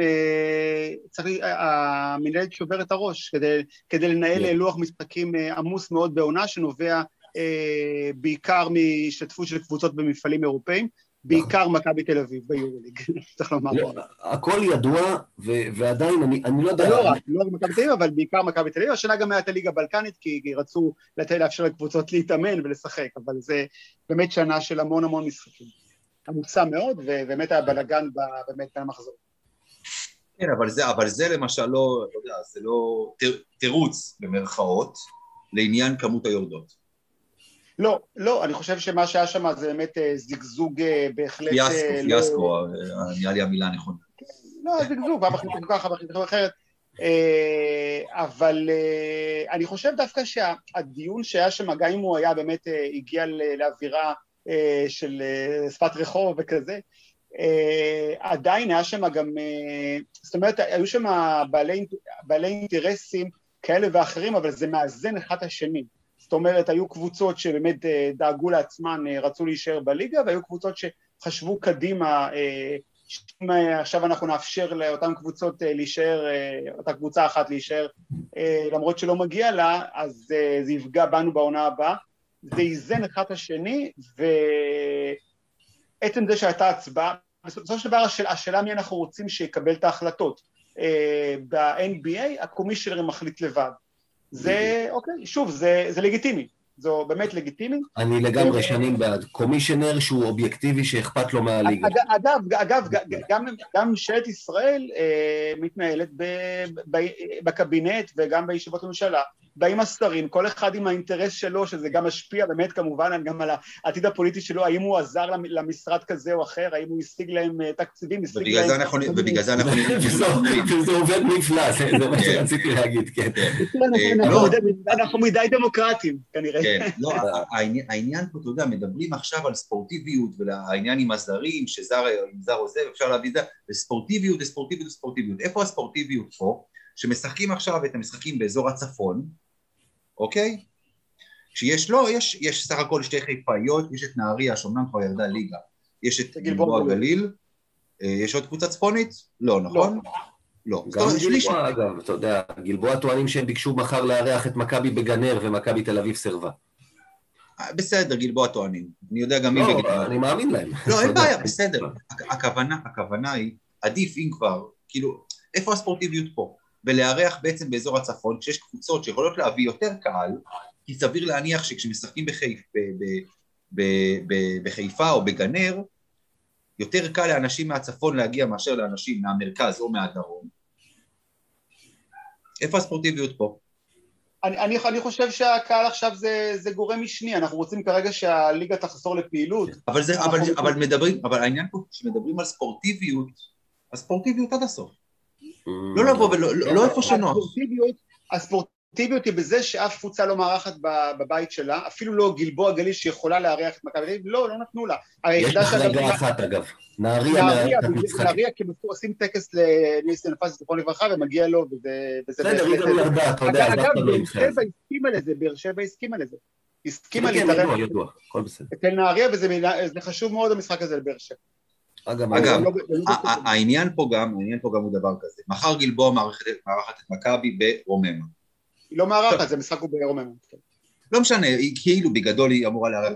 המנהלת שובר את הראש, כדי לנהל לוח משחקים עמוס מאוד בעונה, שנובע בעיקר מהשתתפות של קבוצות במפעלים אירופאים, בעיקר מכבי תל אביב ביורוליג, צריך לומר. הכל ידוע, ועדיין אני לא יודע... לא רק מכבי תל אביב, אבל בעיקר מכבי תל אביב, השנה גם הייתה ליגה בלקנית, כי רצו לאפשר לקבוצות להתאמן ולשחק, אבל זה באמת שנה של המון המון משחקים. עמוסה מאוד, ובאמת היה בלגן באמת במחזור. כן, אבל זה למשל לא, אתה יודע, זה לא תירוץ במרכאות, לעניין כמות היורדות. לא, אני חושב שמה שהיה שם זה באמת זגזוג בהחלט... פיאסקו, נראה לי המילה נכונה. לא, זגזוג, בהחלט ככה, בהחלט אחרת. אבל אני חושב דווקא שהדיון שהיה שם, גם אם הוא היה באמת הגיע לאווירה של שפת רחוב וכזה, עדיין היה שם גם, זאת אומרת, היו שם בעלי אינטרסים כאלה ואחרים, אבל זה מאזן אחד השני. זאת אומרת, היו קבוצות שבאמת דאגו לעצמן, רצו להישאר בליגה, והיו קבוצות שחשבו קדימה, עכשיו אנחנו נאפשר לאותן קבוצות להישאר, אותה קבוצה אחת להישאר, למרות שלא מגיע לה, אז זה יפגע בנו בעונה הבאה. זה איזן אחד השני, ועצם זה שהייתה הצבעה, בסופו של דבר השאלה מי אנחנו רוצים שיקבל את ההחלטות. ב-NBA הקומישיונר מחליט לבד. זה, אוקיי, שוב, זה לגיטימי. זו באמת לגיטימי. אני לגמרי שנים בעד. קומישיונר שהוא אובייקטיבי שאכפת לו מהליגה. אגב, גם ממשלת ישראל מתנהלת בקבינט וגם בישיבות הממשלה, באים השרים, כל אחד עם האינטרס שלו, שזה גם משפיע באמת כמובן גם על העתיד הפוליטי שלו, האם הוא עזר למשרד כזה או אחר, האם הוא השיג להם תקציבים, ובגלל זה אנחנו... זה עובד נפלא, זה מה שרציתי להגיד, כן. אנחנו מדי דמוקרטיים, כנראה. כן, לא, העניין פה, אתה יודע, מדברים עכשיו על ספורטיביות, והעניין עם הזרים, שזר או זה, אפשר להביא את זה, וספורטיביות. איפה הספורטיביות פה? שמשחקים עכשיו את המשחקים באזור הצפון, אוקיי? שיש יש סך הכל שתי חיפאיות, יש את נהריה, שאומנם כבר ירדה ליגה, יש את גלבוע גליל, יש עוד קבוצה צפונית? לא, נכון? לא. גם גלבוע, אגב, אתה יודע, גלבוע טוענים שהם ביקשו מחר לארח את מכבי בגנר, ומכבי תל אביב סרבה. בסדר, גלבוע טוענים. אני יודע גם מי בגנר. אני מאמין להם. לא, אין בעיה, בסדר. הכוונה היא, עדיף אם כבר, כאילו, איפה הספורטיביות פה? ולארח בעצם באזור הצפון, כשיש קבוצות שיכולות להביא יותר קהל, כי סביר להניח שכשמשחקים בחיפה או בגנר, יותר קל לאנשים מהצפון להגיע מאשר לאנשים מהמרכז או מהדרום. איפה הספורטיביות פה? אני חושב שהקהל עכשיו זה גורם משני, אנחנו רוצים כרגע שהליגה תחזור לפעילות. אבל העניין פה, שמדברים על ספורטיביות, הספורטיביות עד הסוף. לא לבוא ולא איפה שנוח. הספורטיביות היא בזה שאף קבוצה לא מארחת בבית שלה, אפילו לא גלבוע גליל שיכולה לארח את מכבי תל אביב, לא נתנו לה. יש החרגה אחת אגב, נהריה כי עושים טקס לניסן נפס זיכרון לברכה ומגיע לו, וזה... בסדר, היא גם ירדה, אתה יודע, אגב, באר שבע הסכימה לזה, הסכימה להתערב. ידוע, הכל בסדר. אצל נהריה, וזה חשוב מאוד המשחק הזה לבאר שבע. אגב, העניין פה גם הוא דבר כזה. מחר גלבוע מארחת את מכבי ברוממה. היא לא מארחת, זה משחק הוא ברוממה. לא משנה, היא כאילו בגדול היא אמורה לארח.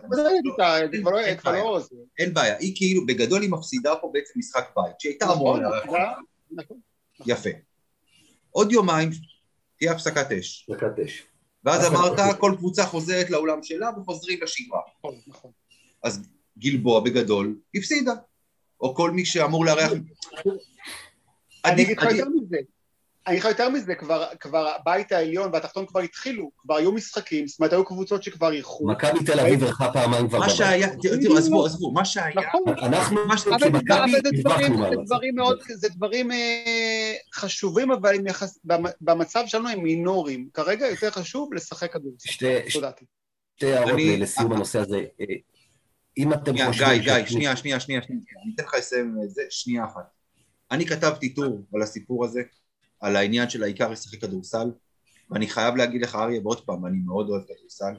אין בעיה, היא כאילו בגדול היא מפסידה פה בעצם משחק בית, שהייתה אמורה לארח. יפה. עוד יומיים תהיה הפסקת אש. ואז אמרת, כל קבוצה חוזרת לאולם שלה וחוזרים לשגרה. נכון. אז גלבוע בגדול הפסידה. או כל מי שאמור לארח... אני אגיד לך יותר מזה, כבר הבית העליון והתחתון כבר התחילו, כבר היו משחקים, זאת אומרת, היו קבוצות שכבר אירחו. מכבי תל אביב ערכה פעמיים כבר בבית. מה שהיה, תראו, עזבו, מה שהיה... אנחנו, כמכבי, הרווחנו מהמצב. זה דברים חשובים, אבל במצב שלנו הם מינוריים. כרגע יותר חשוב לשחק כדורסל. שתי הערות לסיום הנושא הזה. אם אתם חושבים... גיא, שנייה, אני אתן לך לסיים את זה, שנייה אחת. אני כתבתי טור על הסיפור הזה, על העניין של העיקר לשחק כדורסל, ואני חייב להגיד לך, אריה, ועוד פעם, אני מאוד אוהב כדורסל.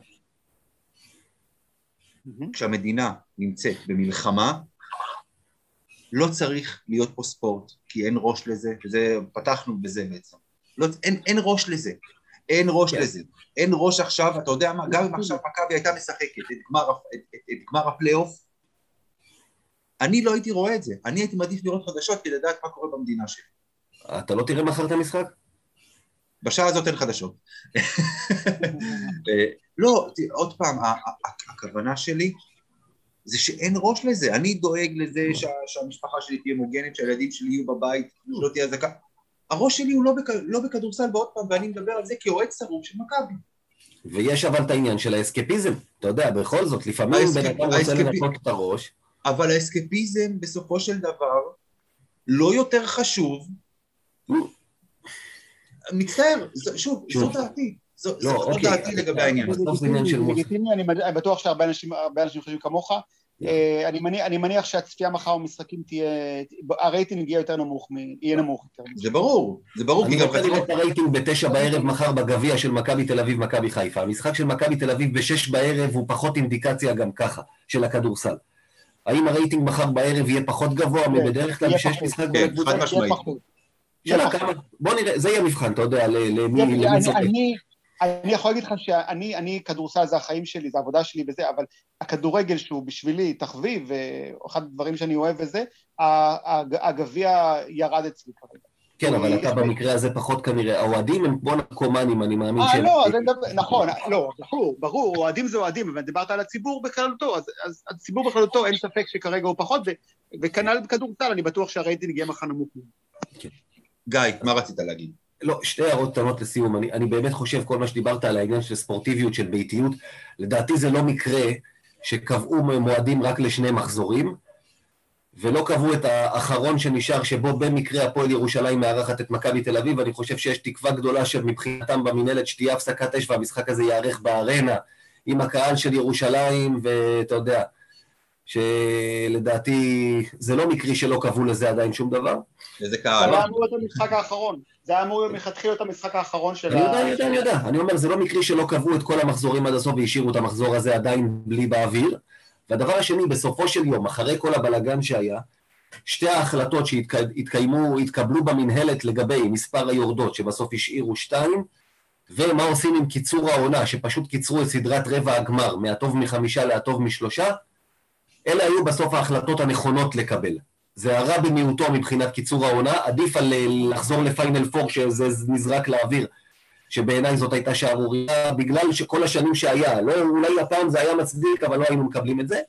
כשהמדינה נמצאת במלחמה, לא צריך להיות פה ספורט, כי אין ראש לזה, וזה, פתחנו בזה בעצם. אין ראש לזה. אין ראש עכשיו, אתה יודע מה, גם אם עכשיו מכבי הייתה משחקת את גמר הפלייאוף, אני לא הייתי רואה את זה, אני הייתי מעדיף לראות חדשות כדי לדעת מה קורה במדינה שלי. אתה לא תראה מחר את המשחק? בשעה הזאת אין חדשות. לא, עוד פעם, הכוונה שלי זה שאין ראש לזה, אני דואג לזה שהמשפחה שלי תהיה מוגנת, שהילדים שלי יהיו בבית, שלא תהיה הזקה. הראש שלי הוא לא בכדורסל בעוד פעם, ואני מדבר על זה כאוהד שרוף של מכבי. ויש אבל את העניין של האסקפיזם, אתה יודע, בכל זאת, לפעמים בן אדם רוצה לנקות את הראש. אבל האסקפיזם בסופו של דבר לא יותר חשוב, מצטער, שוב, זו דעתי, זו דעתי לגבי העניין. אני בטוח שהרבה אנשים חושבים כמוך, אני מניח שהצפייה מחר במשחקים תהיה, הרייטינג יהיה יותר נמוך, יהיה נמוך יותר. זה ברור. אני רוצה לראות את הרייטינג ב9 בערב מחר בגביע של מכבי תל אביב, מכבי חיפה. המשחק של מכבי תל אביב ב6 בערב הוא פחות אינדיקציה גם ככה, של הכדורסל. האם הרייטינג מחר בערב יהיה פחות גבוה מבדרך כלל שיש משחק בין הקבוצה? חד משמעית. בוא נראה, זה יהיה מבחן, אתה יודע, אני יכול להגיד לך שאני כדורסל זה החיים שלי, זה העבודה שלי וזה, אבל הכדורגל שהוא בשבילי תחביב, ואחד הדברים שאני אוהב וזה, הגביע ירד אצלי כרגע. כן, אבל אתה במקרה הזה פחות כנראה, האוהדים הם כמו נרקומנים, אני מאמין שהם... לא, נכון, לא, ברור, אוהדים זה אוהדים, אבל דיברת על הציבור בכללותו, אז הציבור בכללותו אין ספק שכרגע הוא פחות, וכנ"ל בכדורסל, אני בטוח שהרייטינג יהיה מחר נמוך. גיא, מה רצית להגיד? לא, שתי הערות קטנות לסיום, אני באמת חושב כל מה שדיברת על העניין של ספורטיביות, של ביתיות, לדעתי זה לא מקרה שקבעו מועדים רק לשני מחזורים, ולא קבעו את האחרון שנשאר, שבו במקרה הפועל ירושלים מארחת את מכבי תל אביב, ואני חושב שיש תקווה גדולה שמבחינתם במנהלת שתהיה הפסקת אש, והמשחק הזה יארך בארנה, עם הקהל של ירושלים, ואתה יודע, שלדעתי זה לא מקרי שלא קבעו לזה עדיין שום דבר. איזה קהל. זה היה אמור להיות המשחק האחרון, זה היה אמור מלכתחילה את המשחק האחרון של אני יודע, אני אומר, זה לא מקרי שלא קבעו את כל המחזורים עד הסוף, והשאירו את המחזור הזה עדיין בלי באוויר, והדבר השני, בסופו של יום, אחרי כל הבלגן שהיה, שתי ההחלטות שהתקבלו במנהלת לגבי מספר היורדות, שבסוף השאירו 2, ומה עושים עם קיצור העונה, שפשוט קיצרו את סדרת רבע הגמר, מהטוב מ5 להטוב מ3, אלה היו בסוף ההחלטות הנכונות לקבל. זה הרע במיעוטו מבחינת קיצור העונה, עדיף על לחזור לפיינל 4 שזה נזרק לאוויר, שבעיניי זאת הייתה שערוריה, בגלל שכל השנים שהיה, לא, אולי הפעם זה היה מצדיק, אבל לא היינו מקבלים את זה,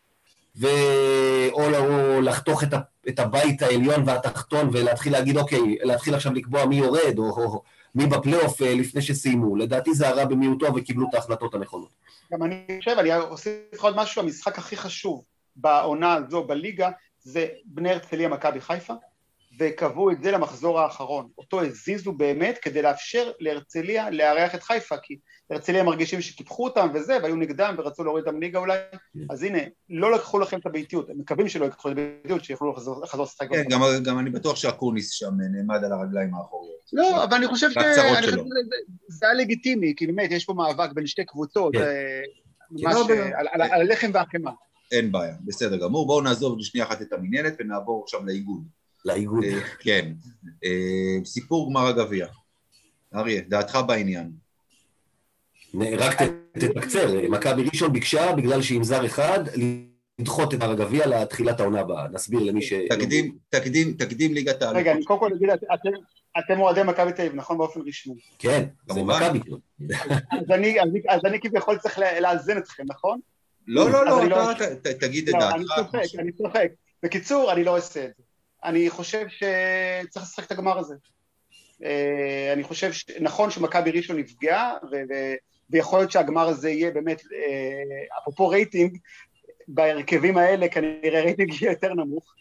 או לחתוך את הבית העליון והתחתון, ולהתחיל להגיד, אוקיי, להתחיל עכשיו לקבוע מי יורד, או מי בפלייאוף לפני שסיימו. לדעתי זה הרע במיעוטו, וקיבלו את ההחלטות הנכונות. גם אני חושב, אני אוסיף עוד משהו, המשחק הכי חשוב בעונה הזו, בליגה, זה בני הרצליה מכבי חיפה, וקבעו את זה למחזור האחרון. אותו הזיזו באמת כדי לאפשר להרצליה לארח את חיפה, כי הרצליה מרגישים שקיפחו אותם וזה, והיו נגדם ורצו להוריד אותם ליגה אולי, אז הנה, לא לקחו לכם את הביתיות, הם מקווים שלא יקחו את הביתיות, שיוכלו לחזור לשחק. כן, גם אני בטוח שהקורניס שם נעמד על הרגליים האחוריות. לא, אבל אני חושב שזה היה לגיטימי, כי באמת יש פה מאבק בין שתי קבוצות, ממש על הלחם והחמאה. אין בעיה, בסדר גמור. בואו נעזוב שנייה אחת את המנהלת ונעבור עכשיו לאיגוד. לאיגוד. כן. סיפור גמר הגביע. אריה, דעתך בעניין. רק תקצר, מכבי ראשון ביקשה, בגלל שעם זר אחד, לדחות את גמר הגביע לתחילת העונה הבאה. נסביר למי ש... תקדים ליגת העל. רגע, אני קודם כל אגיד, אתם אוהדי מכבי תל אביב, נכון? באופן רשמי. כן, זה מכבי. אז אני כביכול צריך לאזן אתכם, נכון? לא, תגיד את דעתך. אני צוחק. בקיצור, אני לא אעשה את זה. אני חושב שצריך לשחק את הגמר הזה. אני חושב נכון שמכבי ראשון נפגעה, ויכול להיות שהגמר הזה יהיה באמת, אפרופו רייטינג, בהרכבים האלה כנראה רייטינג יהיה יותר נמוך.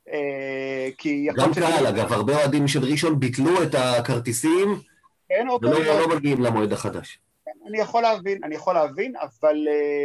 גם קהל, אגב, הרבה אוהדים של ראשון ביטלו את הכרטיסים, ולא מגיעים למועד החדש. אני יכול להבין, אבל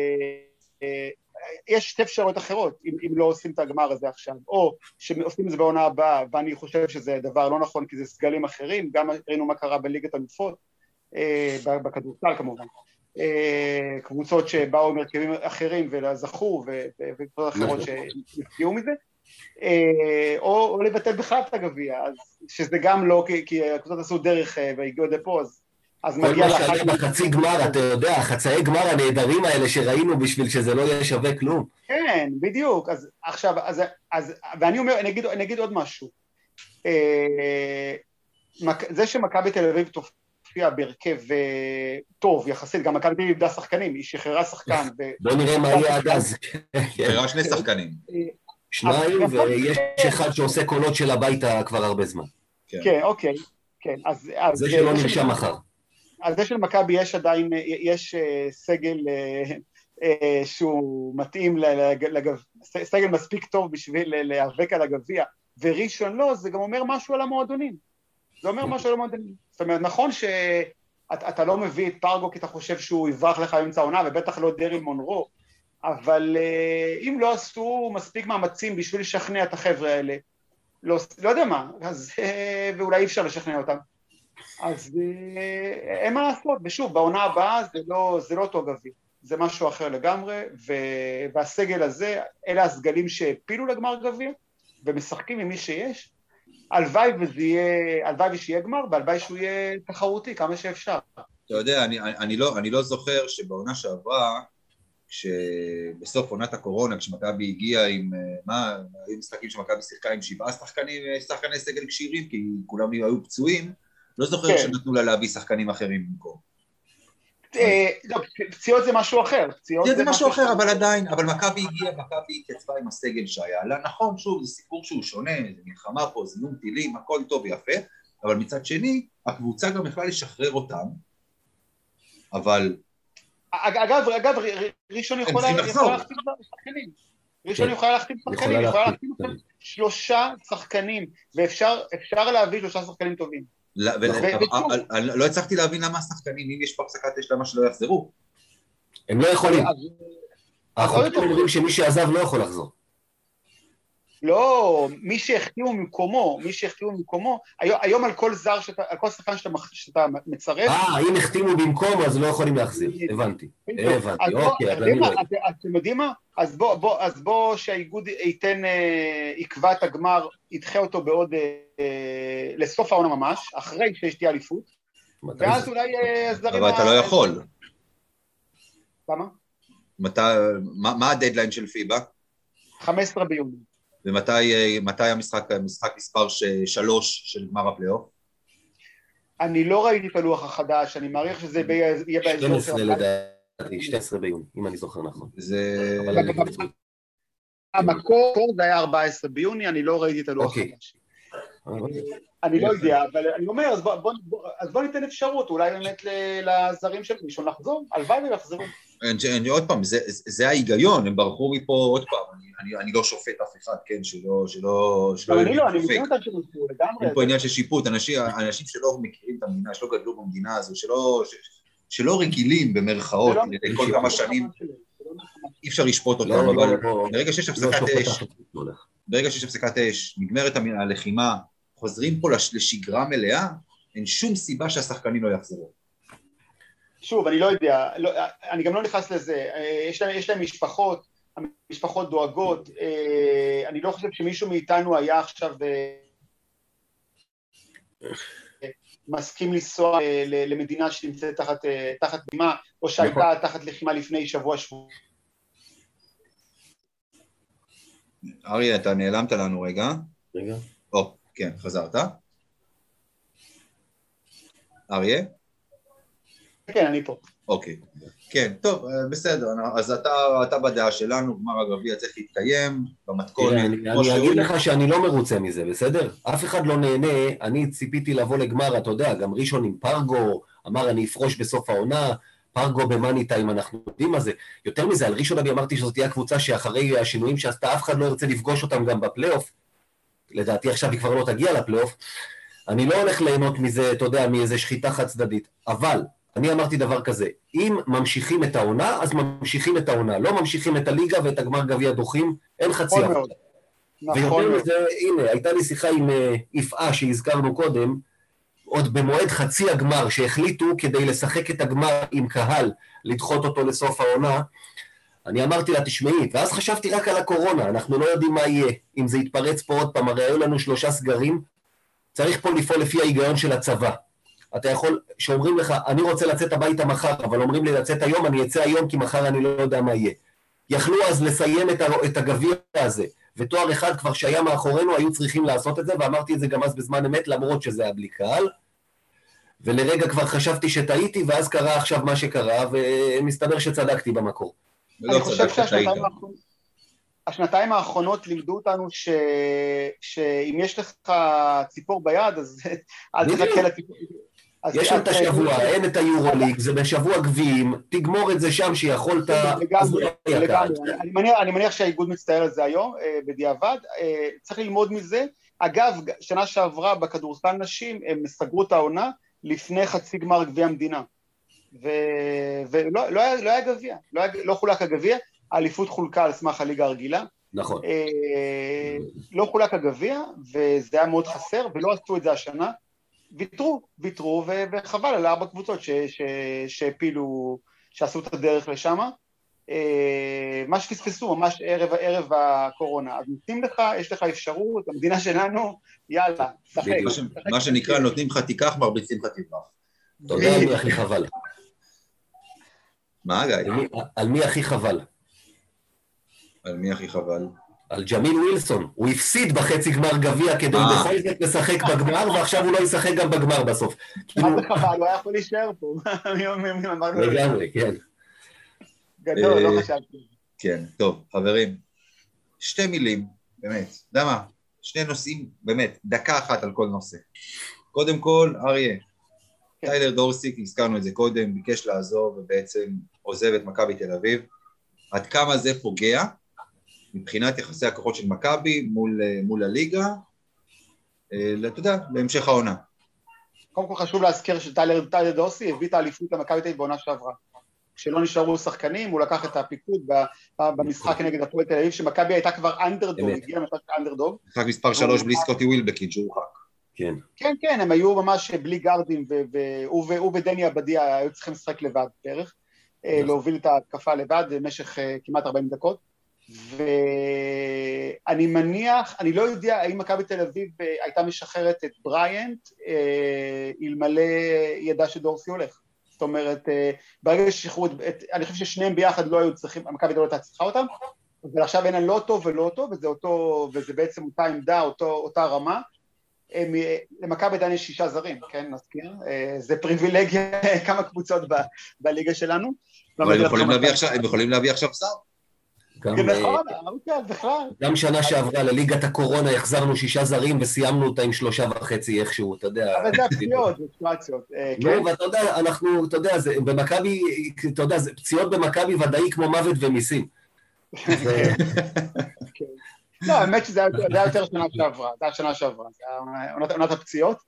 יש שתי אפשרויות אחרות, אם לא עושים את הגמר הזה עכשיו, או שעושים את זה בעונה הבאה, ואני חושב שזה דבר לא נכון, כי זה סגלים אחרים, גם ראינו מה קרה בליגת אלופות, בכדורסל כמובן, קבוצות שבאו מרכבים אחרים וזכו, וקבוצות אחרות שנפגעו מזה, או לבטל בכלל את הגביע, שזה גם לא, כי הקבוצות עשו דרך והגיעו עד לפה, אז כל מה שהיה בחצי גמר, אתה יודע, חצאי גמר הנהדרים האלה שראינו בשביל שזה לא יהיה שווה כלום. כן, בדיוק. אז עכשיו, ואני אומר, אני אגיד עוד משהו. זה שמכבי תל אביב תופיע בהרכב טוב יחסית, גם מכבי תל אביב איבדה שחקנים, היא שחררה שחקן. בוא נראה מה יהיה עד אז. שחררה שני שחקנים. שניים, ויש אחד שעושה קולות של הביתה כבר הרבה זמן. כן, אוקיי. זה שלא נרשם מחר. אז זה של מכבי יש עדיין, יש סגל שהוא מתאים, סגל מספיק טוב בשביל להיאבק על הגביע, וראשון לא, זה גם אומר משהו על המועדונים. זה אומר משהו על המועדונים. זאת אומרת, נכון שאתה לא מביא את פרגו כי אתה חושב שהוא יברח לך באמצע העונה, ובטח לא דריל מונרו, אבל אם לא עשו מספיק מאמצים בשביל לשכנע את החבר'ה האלה, לא יודע מה, ואולי אי אפשר לשכנע אותם, אז אין מה לעשות, ושוב, בעונה הבאה זה לא אותו גביע, זה משהו אחר לגמרי, והסגל הזה, אלה הסגלים שהפילו לגמר גביע, ומשחקים עם מי שיש, הלוואי ושיהיה גמר, והלוואי שהוא יהיה תחרותי כמה שאפשר. אתה יודע, אני לא זוכר שבעונה שעברה, שבסוף עונת הקורונה, כשמכבי הגיעה עם, היו משחקים שמכבי שיחקה עם 7 שחקני סגל כשירים, כי כולם היו פצועים, לא זוכר שנתנו לה להביא שחקנים אחרים במקום. פציעות זה משהו אחר. זה משהו אחר, אבל עדיין, אבל מכבי הגיעה, מכבי התייצבה עם הסגל שהיה לה, נכון, שוב, זה סיפור שהוא שונה, זה מלחמה פה, זה נום טילים, הכל טוב ויפה, אבל מצד שני, הקבוצה גם יכלה לשחרר אותם, אבל... אגב, ראשון יכולה להחתים שחקנים. ראשון יכולה להחתים שחקנים, יכולה להחתים 3 שחקנים, ואפשר להביא 3 שחקנים טובים. לא הצלחתי להבין למה השחקנים, אם יש פה הפסקת אש, למה שלא יחזרו. הם לא יכולים. החוקרים אומרים שמי שעזב לא יכול לחזור. לא, מי שהחתימו ממקומו, היום על כל זר, על כל שחקן שאתה מצרף... אם החתימו במקום, אז לא יכולים להחזיר, הבנתי, אוקיי, אז אני רואה. אתם יודעים מה? אז בוא שהאיגוד יקבע את הגמר, ידחה אותו בעוד, לסוף העונה ממש, אחרי שתהיה אליפות, ואז אולי... אבל אתה לא יכול. למה? מה הדדליין של פיבה? 15 ביוני. ומתי המשחק מספר 3 של גמר הפלייאוף? אני לא ראיתי את הלוח החדש, אני מעריך שזה יהיה באזור... 12 לדעתי, 12 ביוני, אם אני זוכר נכון. המקור זה היה 14 ביוני, אני לא ראיתי את הלוח החדש. אני לא יודע, אבל אני אומר, אז בוא ניתן אפשרות, אולי באמת לזרים של ראשון לחזור, הלוואי ולחזרו. עוד פעם, זה ההיגיון, הם ברחו מפה עוד פעם, אני לא שופט אף אחד, כן, שלא... אני לא, אני מבין אותם שנוספו, לגמרי. אין פה עניין של שיפוט, אנשים שלא מכירים את המדינה, שלא גדלו במדינה הזו, שלא רגילים במרכאות, כל כמה שנים, אי אפשר לשפוט אותם, אבל ברגע שיש הפסקת אש, נגמרת הלחימה, חוזרים פה לשגרה מלאה, אין שום סיבה שהשחקנים לא יחזרו. שוב, אני לא יודע, אני גם לא נכנס לזה, יש להם משפחות, המשפחות דואגות, אני לא חושב שמישהו מאיתנו היה עכשיו מסכים לנסוע למדינה שנמצאת תחת לחימה, או שהייתה תחת לחימה לפני שבוע. אריה, אתה נעלמת לנו רגע. כן, חזרת. אריה? כן, אני פה. אוקיי. כן, טוב, בסדר, אז אתה בדעה שלנו, גמר הגביע צריך להתקיים, במתכונת. אני אגיד לך שאני לא מרוצה מזה, בסדר? אף אחד לא נהנה, אני ציפיתי לבוא לגמר, אתה יודע, גם ראשון עם פרגו, אמר אני אפרוש בסוף העונה, פרגו במאני טיים, אנחנו יודעים מה זה. יותר מזה, על ראשון אני אמרתי שזאת תהיה הקבוצה שאחרי השינויים שעשתה, אף אחד לא ירצה לפגוש אותם גם בפלייאוף, לדעתי עכשיו היא כבר לא תגיע לפלייאוף, אני לא הולך ליהנות מזה, אתה יודע, מאיזה שחיטה חד צדדית, אבל אני אמרתי דבר כזה, אם ממשיכים את העונה, אז ממשיכים את העונה, לא ממשיכים את הליגה ואת הגמר גביע דוחים, אין חצי עבודה. ויותר מזה, הנה, הייתה לי שיחה עם יפעה שהזכרנו קודם, עוד במועד חצי הגמר שהחליטו כדי לשחק את הגמר עם קהל, לדחות אותו לסוף העונה, אני אמרתי לה, תשמעי, ואז חשבתי רק על הקורונה, אנחנו לא יודעים מה יהיה, אם זה יתפרץ פה עוד פעם, הרי היו לנו 3 סגרים, צריך פה לפעול לפי ההיגיון של הצבא. אתה יכול, שאומרים לך, אני רוצה לצאת הביתה מחר, אבל אומרים לי לצאת היום, אני אצא היום, כי מחר אני לא יודע מה יהיה. יכלו אז לסיים את הגביע הזה, ותואר אחד כבר שהיה מאחורינו, היו צריכים לעשות את זה, ואמרתי את זה גם אז בזמן אמת, למרות שזה היה בלי קהל, ולרגע כבר חשבתי שטעיתי, ואז קרה עכשיו מה שקרה, ומסתבר שצדקתי במקור. אני חושב שהשנתיים האחרונות לימדו אותנו שאם יש לך ציפור ביד, אז אל תחכה לציפור. יש את השבוע, אין את היורוליג, זה בשבוע גביעים, תגמור את זה שם שיכולת... אני מניח שהאיגוד מצטער על זה היום, בדיעבד, צריך ללמוד מזה. אגב, שנה שעברה בכדורסל נשים, הם סגרו את העונה לפני חצי גמר גביע המדינה. ולא היה גביע, לא חולק הגביע, האליפות חולקה על סמך הליגה הרגילה. נכון. לא חולק הגביע, וזה היה מאוד חסר, ולא עשו את זה השנה. ויתרו, וחבל על 4 קבוצות שהפילו, שעשו את הדרך לשם. מה שפספסו, ממש ערב הקורונה. אז נותנים לך, יש לך אפשרות, המדינה שלנו, יאללה, שחק. מה שנקרא, נותנים לך תיקח, מרביצים לך תברח. תודה, אני הכי חבל. מה, גיא? על מי הכי חבל? על מי הכי חבל? על ג'מיל ווילסון. הוא הפסיד בחצי גמר גביע כדי בכל זאת לשחק בגמר, ועכשיו הוא לא ישחק גם בגמר בסוף. מה זה חבל? הוא היה יכול להישאר פה. לגמרי, כן. גדול, לא חשבתי. כן, טוב, חברים. 2 מילים, באמת. יודע מה? 2 נושאים, באמת, דקה אחת על כל נושא. קודם כל, אריה, טיילר דורסי, הזכרנו את זה קודם, ביקש לעזוב ובעצם עוזב את מכבי תל אביב. עד כמה זה פוגע מבחינת יחסי הכוחות של מכבי מול הליגה, אתה יודע, בהמשך העונה. קודם כל חשוב להזכיר שטיילר דורסי הביא את האליפות למכבי תל אביב בעונה שעברה. כשלא נשארו שחקנים, הוא לקח את הפיקוד במשחק נגד הפועל תל אביב, שמכבי הייתה כבר אנדרדוג, הגיע למשחק אנדרדוג. משחק מספר 3 בלי סקוטי ווילבקין, שהורחק. כן. כן, כן, הם היו ממש בלי גארדים, והוא ודני עבדיה היו צריכים לשחק לבד בערך, להוביל את ההתקפה לבד במשך כמעט 40 דקות, ואני מניח, אני לא יודע האם מכבי תל אביב הייתה משחררת את בריינט, אלמלא ידע שדורסי הולך. זאת אומרת, ברגע ששחררו אני חושב ששניהם ביחד לא היו צריכים, מכבי לא הייתה צריכה אותם, ועכשיו אין לא טוב ולא טוב, וזה בעצם אותה עמדה, אותה רמה, למכבי עדיין יש 6 זרים, כן, נזכיר, זה פריבילגיה כמה קבוצות בליגה שלנו. אבל הם יכולים להביא עכשיו שר. גם שנה שעברה לליגת הקורונה החזרנו 6 זרים וסיימנו אותה עם 3.5 איכשהו, אתה יודע. אבל זה הפציעות, זה סיטואציות. לא, ואתה יודע, אתה יודע, במכבי, אתה יודע, פציעות במכבי ודאי כמו מוות ומיסים. לא, האמת שזה היה יותר שנה שעברה, זה היה שנה שעברה, זה היה עונת הפציעות.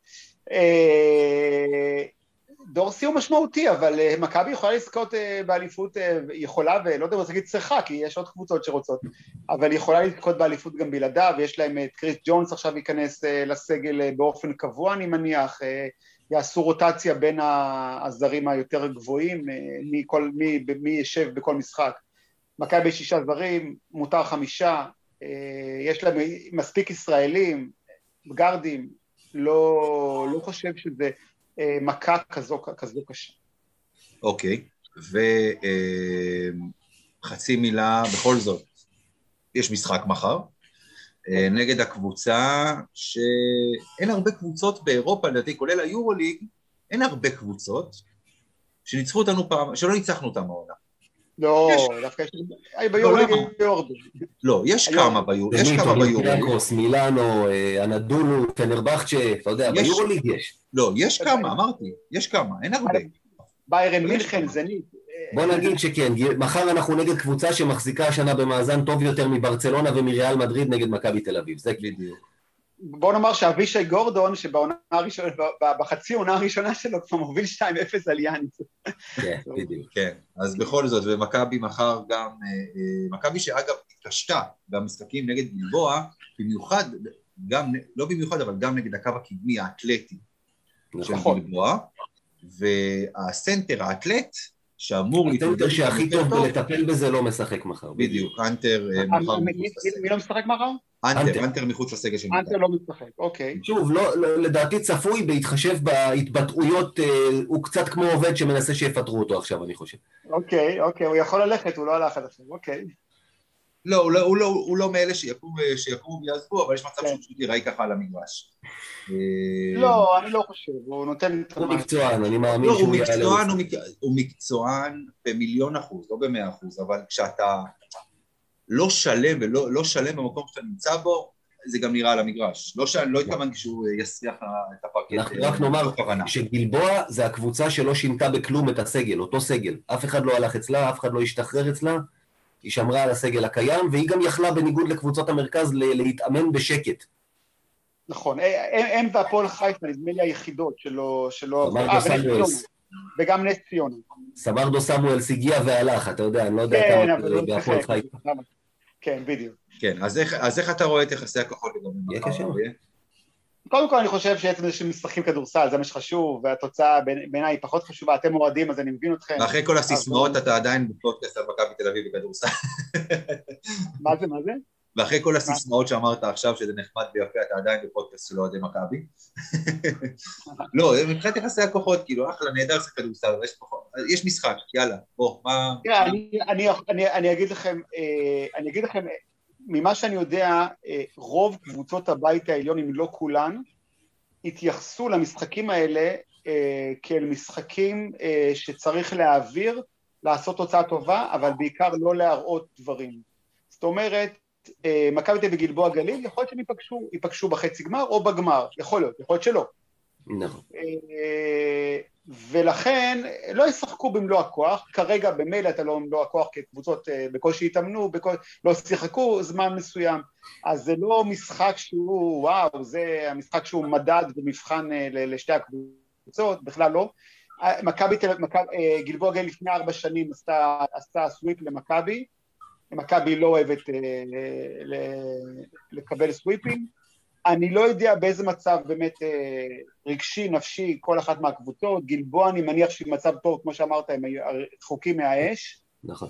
דורסי הוא משמעותי, אבל מכבי יכולה לזכות באליפות, יכולה, ולא יודע, רוצה להגיד צריכה, כי יש עוד קבוצות שרוצות, אבל יכולה לזכות באליפות גם בלעדיו, ויש להם את קריס ג'ונס עכשיו ייכנס לסגל באופן קבוע, אני מניח, יעשו רוטציה בין הזרים היותר גבוהים, מי ישב בכל משחק. מכבי 6 זרים, מותר 5, יש להם מספיק ישראלים, גארדים, לא חושב שזה מכה כזו קשה. אוקיי, וחצי מילה בכל זאת, יש משחק מחר, נגד הקבוצה שאין הרבה קבוצות באירופה, לדעתי, כולל היורוליג, אין הרבה קבוצות שניצחו אותנו פעם, שלא ניצחנו אותם העונה. לא, דווקא יש ביורוליג יורדו. לא, יש כמה ביורוליג. יש כמה ביורוליג. מילאנו, אנדולו, פנרבחצ'ה, אתה יודע, ביורוליג יש. לא, יש כמה, אמרתי, יש כמה, אין הרבה. ביירן מינכן, זנית. בוא נגיד שכן, מחר אנחנו נגד קבוצה שמחזיקה השנה במאזן טוב יותר מברצלונה ומריאל מדריד נגד מכבי תל אביב, זה בדיוק. בוא נאמר שאבישי גורדון, שבחצי עונה הראשונה שלו כבר מוביל 2-0 על יאניס. כן, בדיוק. כן, אז בכל זאת, ומכבי מחר גם, מכבי שאגב התקשתה במשחקים נגד גלבוע, במיוחד, לא במיוחד, אבל גם נגד הקו הקדמי האתלטי של גלבוע, והסנטר האתלט, שאמור... הסנטר שהכי טוב בלטפל בזה לא משחק מחר. בדיוק, אנטר מחר... מי לא משחק מחר? אנטר מחוץ לסגל של מכבי. אנטר לא משחק, אוקיי. שוב, לדעתי צפוי בהתחשב בהתבטאויות, הוא קצת כמו עובד שמנסה שיפטרו אותו עכשיו, אני חושב. אוקיי, הוא יכול ללכת, הוא לא הלך עד עכשיו, אוקיי. לא, הוא לא מאלה שיקום ויעזבו, אבל יש מצב שהוא פשוט ייראה ככה על המגרש. לא, אני לא חושב, הוא נותן... הוא מקצוען, אני מאמין שהוא יעלה... הוא מקצוען ב1,000,000%, לא ב100%, אבל כשאתה לא שלם ולא שלם במקום שאתה נמצא בו, זה גם נראה על המגרש. לא התכוון כשהוא יסריח את הפרקט. אנחנו רק נאמר שגלבוע זה הקבוצה שלא שינתה בכלום את הסגל, אותו סגל. אף אחד לא הלך אצלה, אף אחד לא השתחרר אצלה, היא שמרה על הסגל הקיים, והיא גם יכלה בניגוד לקבוצות המרכז להתאמן בשקט. נכון, הם והפועל חיפה, נדמה לי היחידות שלא... וגם נס ציונה. סמרדו סמואלס הגיע והלך, אתה יודע, אני לא יודע כמה בהפועל חיפה. כן, בדיוק. כן, אז איך אתה רואה את יחסי הכוחות לגבי מחר? קודם כל אני חושב שעצם זה שמשחקים כדורסל, זה מה שחשוב, והתוצאה בעיניי היא פחות חשובה, אתם מועדים, אז אני מבין אתכם. ואחרי כל הסיסמאות אתה עדיין בפודקאסט על מכבי תל אביב וכדורסל. מה זה? ואחרי כל הסיסמאות שאמרת עכשיו, שזה נחמד ויפה, אתה עדיין בפודקאסט של אוהדי מכבי. לא, מבחינת יחסי הכוחות, כאילו, אחלה, נהדר זה כדורסל, יש משחק, יאללה, בוא, מה... אני אגיד לכם, ממה שאני יודע, רוב קבוצות הבית העליון, אם לא כולן, התייחסו למשחקים האלה כאל משחקים שצריך להעביר, לעשות תוצאה טובה, אבל בעיקר לא להראות דברים. זאת אומרת, מכבי תל אביב וגלבוע גליל, יכול להיות שהם ייפגשו בחצי גמר או בגמר, יכול להיות שלא. נכון. ולכן לא ישחקו במלוא הכוח, כרגע במילא אתה לא במלוא הכוח, כי קבוצות בקושי התאמנו, לא שיחקו זמן מסוים, אז זה לא משחק שהוא, וואו, זה המשחק שהוא מדד ומבחן לשתי הקבוצות, בכלל לא. גלבוע גליל לפני 4 שנים עשתה סוויפ למכבי, מכבי לא אוהבת לקבל סוויפים, אני לא יודע באיזה מצב באמת רגשי, נפשי, כל אחת מהקבוצות, גלבוע אני מניח שהיא מצב טוב, כמו שאמרת, הם רחוקים מהאש. נכון.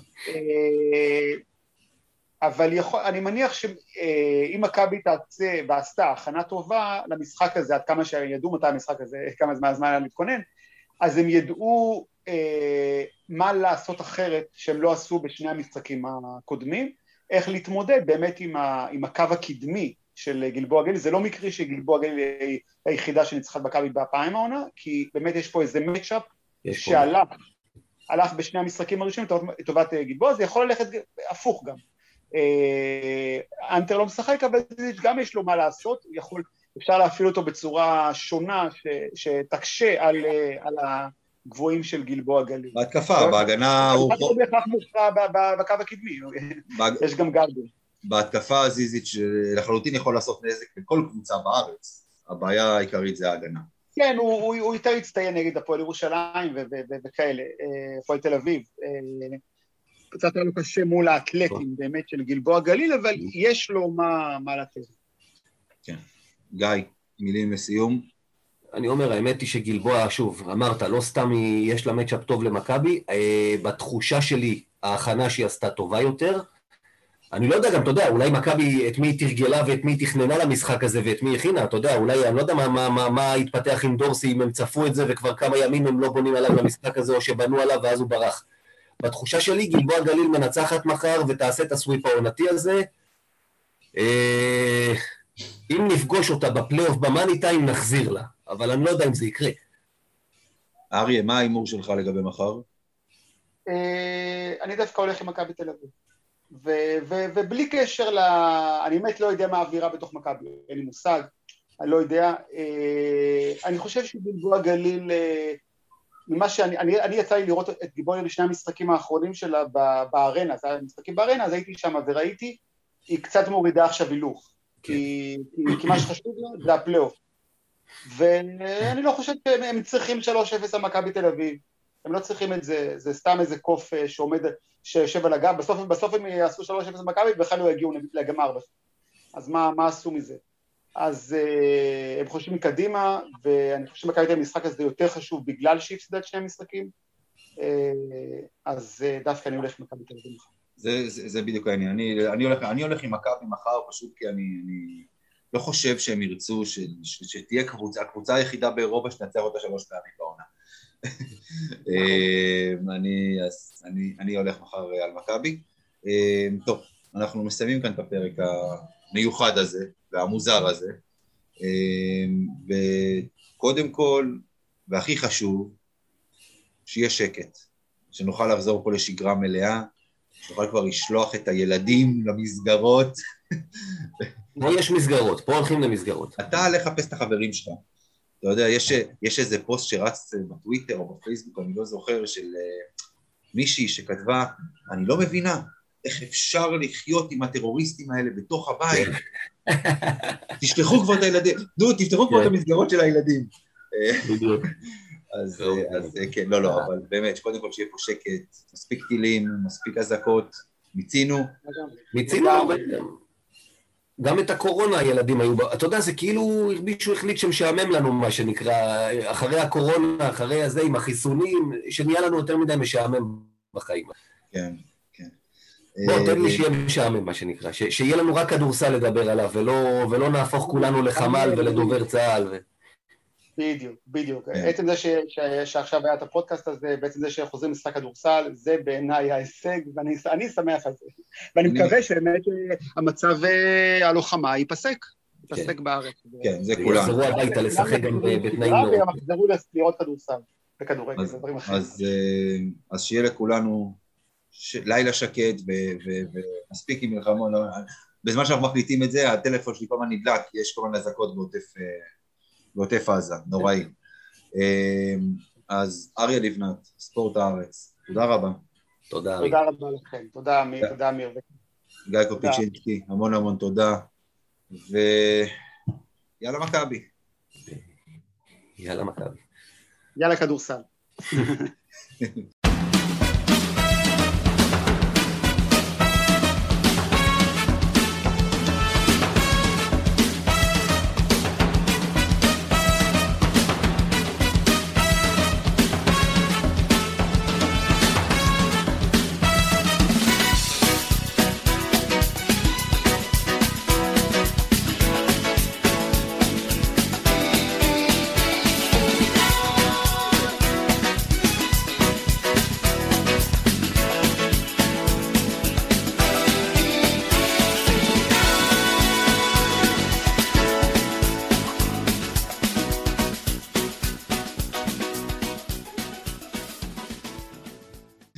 אבל אני מניח שאם מכבי תעשה ועשתה הכנה טובה למשחק הזה, עד כמה שידעו מתי המשחק הזה, כמה זמן היה להתכונן, אז הם ידעו מה לעשות אחרת שהם לא עשו בשני המשחקים הקודמים, איך להתמודד באמת עם הקו הקדמי של גלבוע גליל. זה לא מקרי שגלבוע גליל היא היחידה שניצחת מכבי בפעם העונה, כי באמת יש פה איזה מצ'אפ שהלך בשני המשחקים הראשונים לטובת גלבוע, זה יכול ללכת הפוך גם. אנטר לא משחק, אבל גם יש לו מה לעשות, אפשר להפעיל אותו בצורה שונה שתקשה על הגבוהים של גלבוע גליל. בהתקפה, בהגנה הוא... הוא בהכרח מוכרע בקו הקדמי, יש גם גרדן. בהתקפה הזיזית שלחלוטין יכול לעשות נזק בכל קבוצה בארץ, הבעיה העיקרית זה ההגנה. כן, הוא יותר יצטיין נגד הפועל ירושלים וכאלה, הפועל תל אביב. קצת היה לו קשה מול האתלטים באמת של גלבוע גליל, אבל יש לו מה לתת. כן. גיא, מילים לסיום. אני אומר, האמת היא שגלבוע, שוב, אמרת, לא סתם יש לה מצ'אפ טוב למכבי, בתחושה שלי, ההכנה שהיא עשתה טובה יותר, אני לא יודע גם, אתה יודע, אולי מכבי את מי היא תרגלה ואת מי היא תכננה למשחק הזה ואת מי היא הכינה, אתה יודע, אולי, אני לא יודע מה התפתח עם דורסי, אם הם צפו את זה וכבר כמה ימים הם לא בונים עליו למשחק הזה או שבנו עליו ואז הוא ברח. בתחושה שלי, גלבוע גליל מנצחת מחר ותעשה את הסוויפ העונתי הזה, אם נפגוש אותה בפלייאוף במאני טיים נחזיר לה, אבל אני לא יודע אם זה יקרה. אריה, מה האימור שלך לגבי מחר? אני דווקא הולך עם מכבי תל אביב. ובלי קשר אני באמת לא יודע מה האווירה בתוך מכבי, אין לי מושג, אני לא יודע. אני חושב שגלבוע גליל, ממה אני יצא לי לראות את גלבוע גליל בשני המשחקים האחרונים שלה בארנה, זה היה משחקים בארנה, אז הייתי שם וראיתי, היא קצת מורידה עכשיו הילוך. כי מה שחשוב לה זה הפלייאוף. ואני לא חושב שהם צריכים 3-0 על מכבי תל אביב. הם לא צריכים את זה, זה סתם איזה קוף שיושב על הגב. בסוף הם יעשו 3-0 על מכבי, ובכלל לא יגיעו לגמר. אז מה עשו מזה? אז הם חושבים מקדימה, ואני חושב שמכבי תל אביב המשחק הזה יותר חשוב בגלל שהפסידה את שני המשחקים. אז דווקא אני הולך עם מכבי תל אביב. זה בדיוק העניין, אני הולך עם מכבי מחר פשוט כי אני לא חושב שהם ירצו שתהיה הקבוצה היחידה באירופה שתנצח אותה 3 פעמים בעונה. אני הולך מחר על מכבי. טוב, אנחנו מסיימים כאן את הפרק המיוחד הזה והמוזר הזה, וקודם כל והכי חשוב שיהיה שקט, שנוכל לחזור פה לשגרה מלאה, שנוכל כבר לשלוח את הילדים למסגרות. פה יש מסגרות, פה הולכים למסגרות. אתה הולך לחפש את החברים שלך. אתה יודע, יש איזה פוסט שרץ בטוויטר או בפייסבוק, אני לא זוכר, של מישהי שכתבה, אני לא מבינה איך אפשר לחיות עם הטרוריסטים האלה בתוך הבית. תשלחו כבר את הילדים, תפתחו כבר את המסגרות של הילדים. אז כן, לא, אבל באמת, קודם כל שיהיה פה שקט, מספיק טילים, מספיק הזעקות, מיצינו. גם את הקורונה הילדים היו, אתה יודע, זה כאילו מישהו החליט שמשעמם לנו, מה שנקרא, אחרי הקורונה, אחרי הזה עם החיסונים, שנהיה לנו יותר מדי משעמם בחיים. כן, כן. בוא, תן לי שיהיה משעמם, מה שנקרא, שיהיה לנו רק כדורסל לדבר עליו, ולא נהפוך כולנו לחמ"ל ולדובר צה"ל. בדיוק. עצם זה שעכשיו היה את הפודקאסט הזה, בעצם זה שחוזרים משחק כדורסל, זה בעיניי ההישג, ואני שמח על זה. ואני מקווה שבאמת המצב הלוחמה ייפסק בארץ. כן, זה כולם. יחזרו הביתה לשחק גם בתנאים מאוד. והם יחזרו לראות כדורסל וכדורגל, זה דברים אחרים. אז שיהיה לכולנו לילה שקט ומספיק עם מלחמות. בזמן שאנחנו מחליטים את זה, הטלפון שלי כל הזמן נדלק, יש כל מיני אזעקות בעוטף עזה, נוראים. אז אריה לבנת, ספורט הארץ, תודה רבה. תודה רבה לכם, תודה אמיר. גיא קופיצ'ינסקי, המון תודה, ויאללה מכבי. יאללה מכבי. יאללה כדורסל.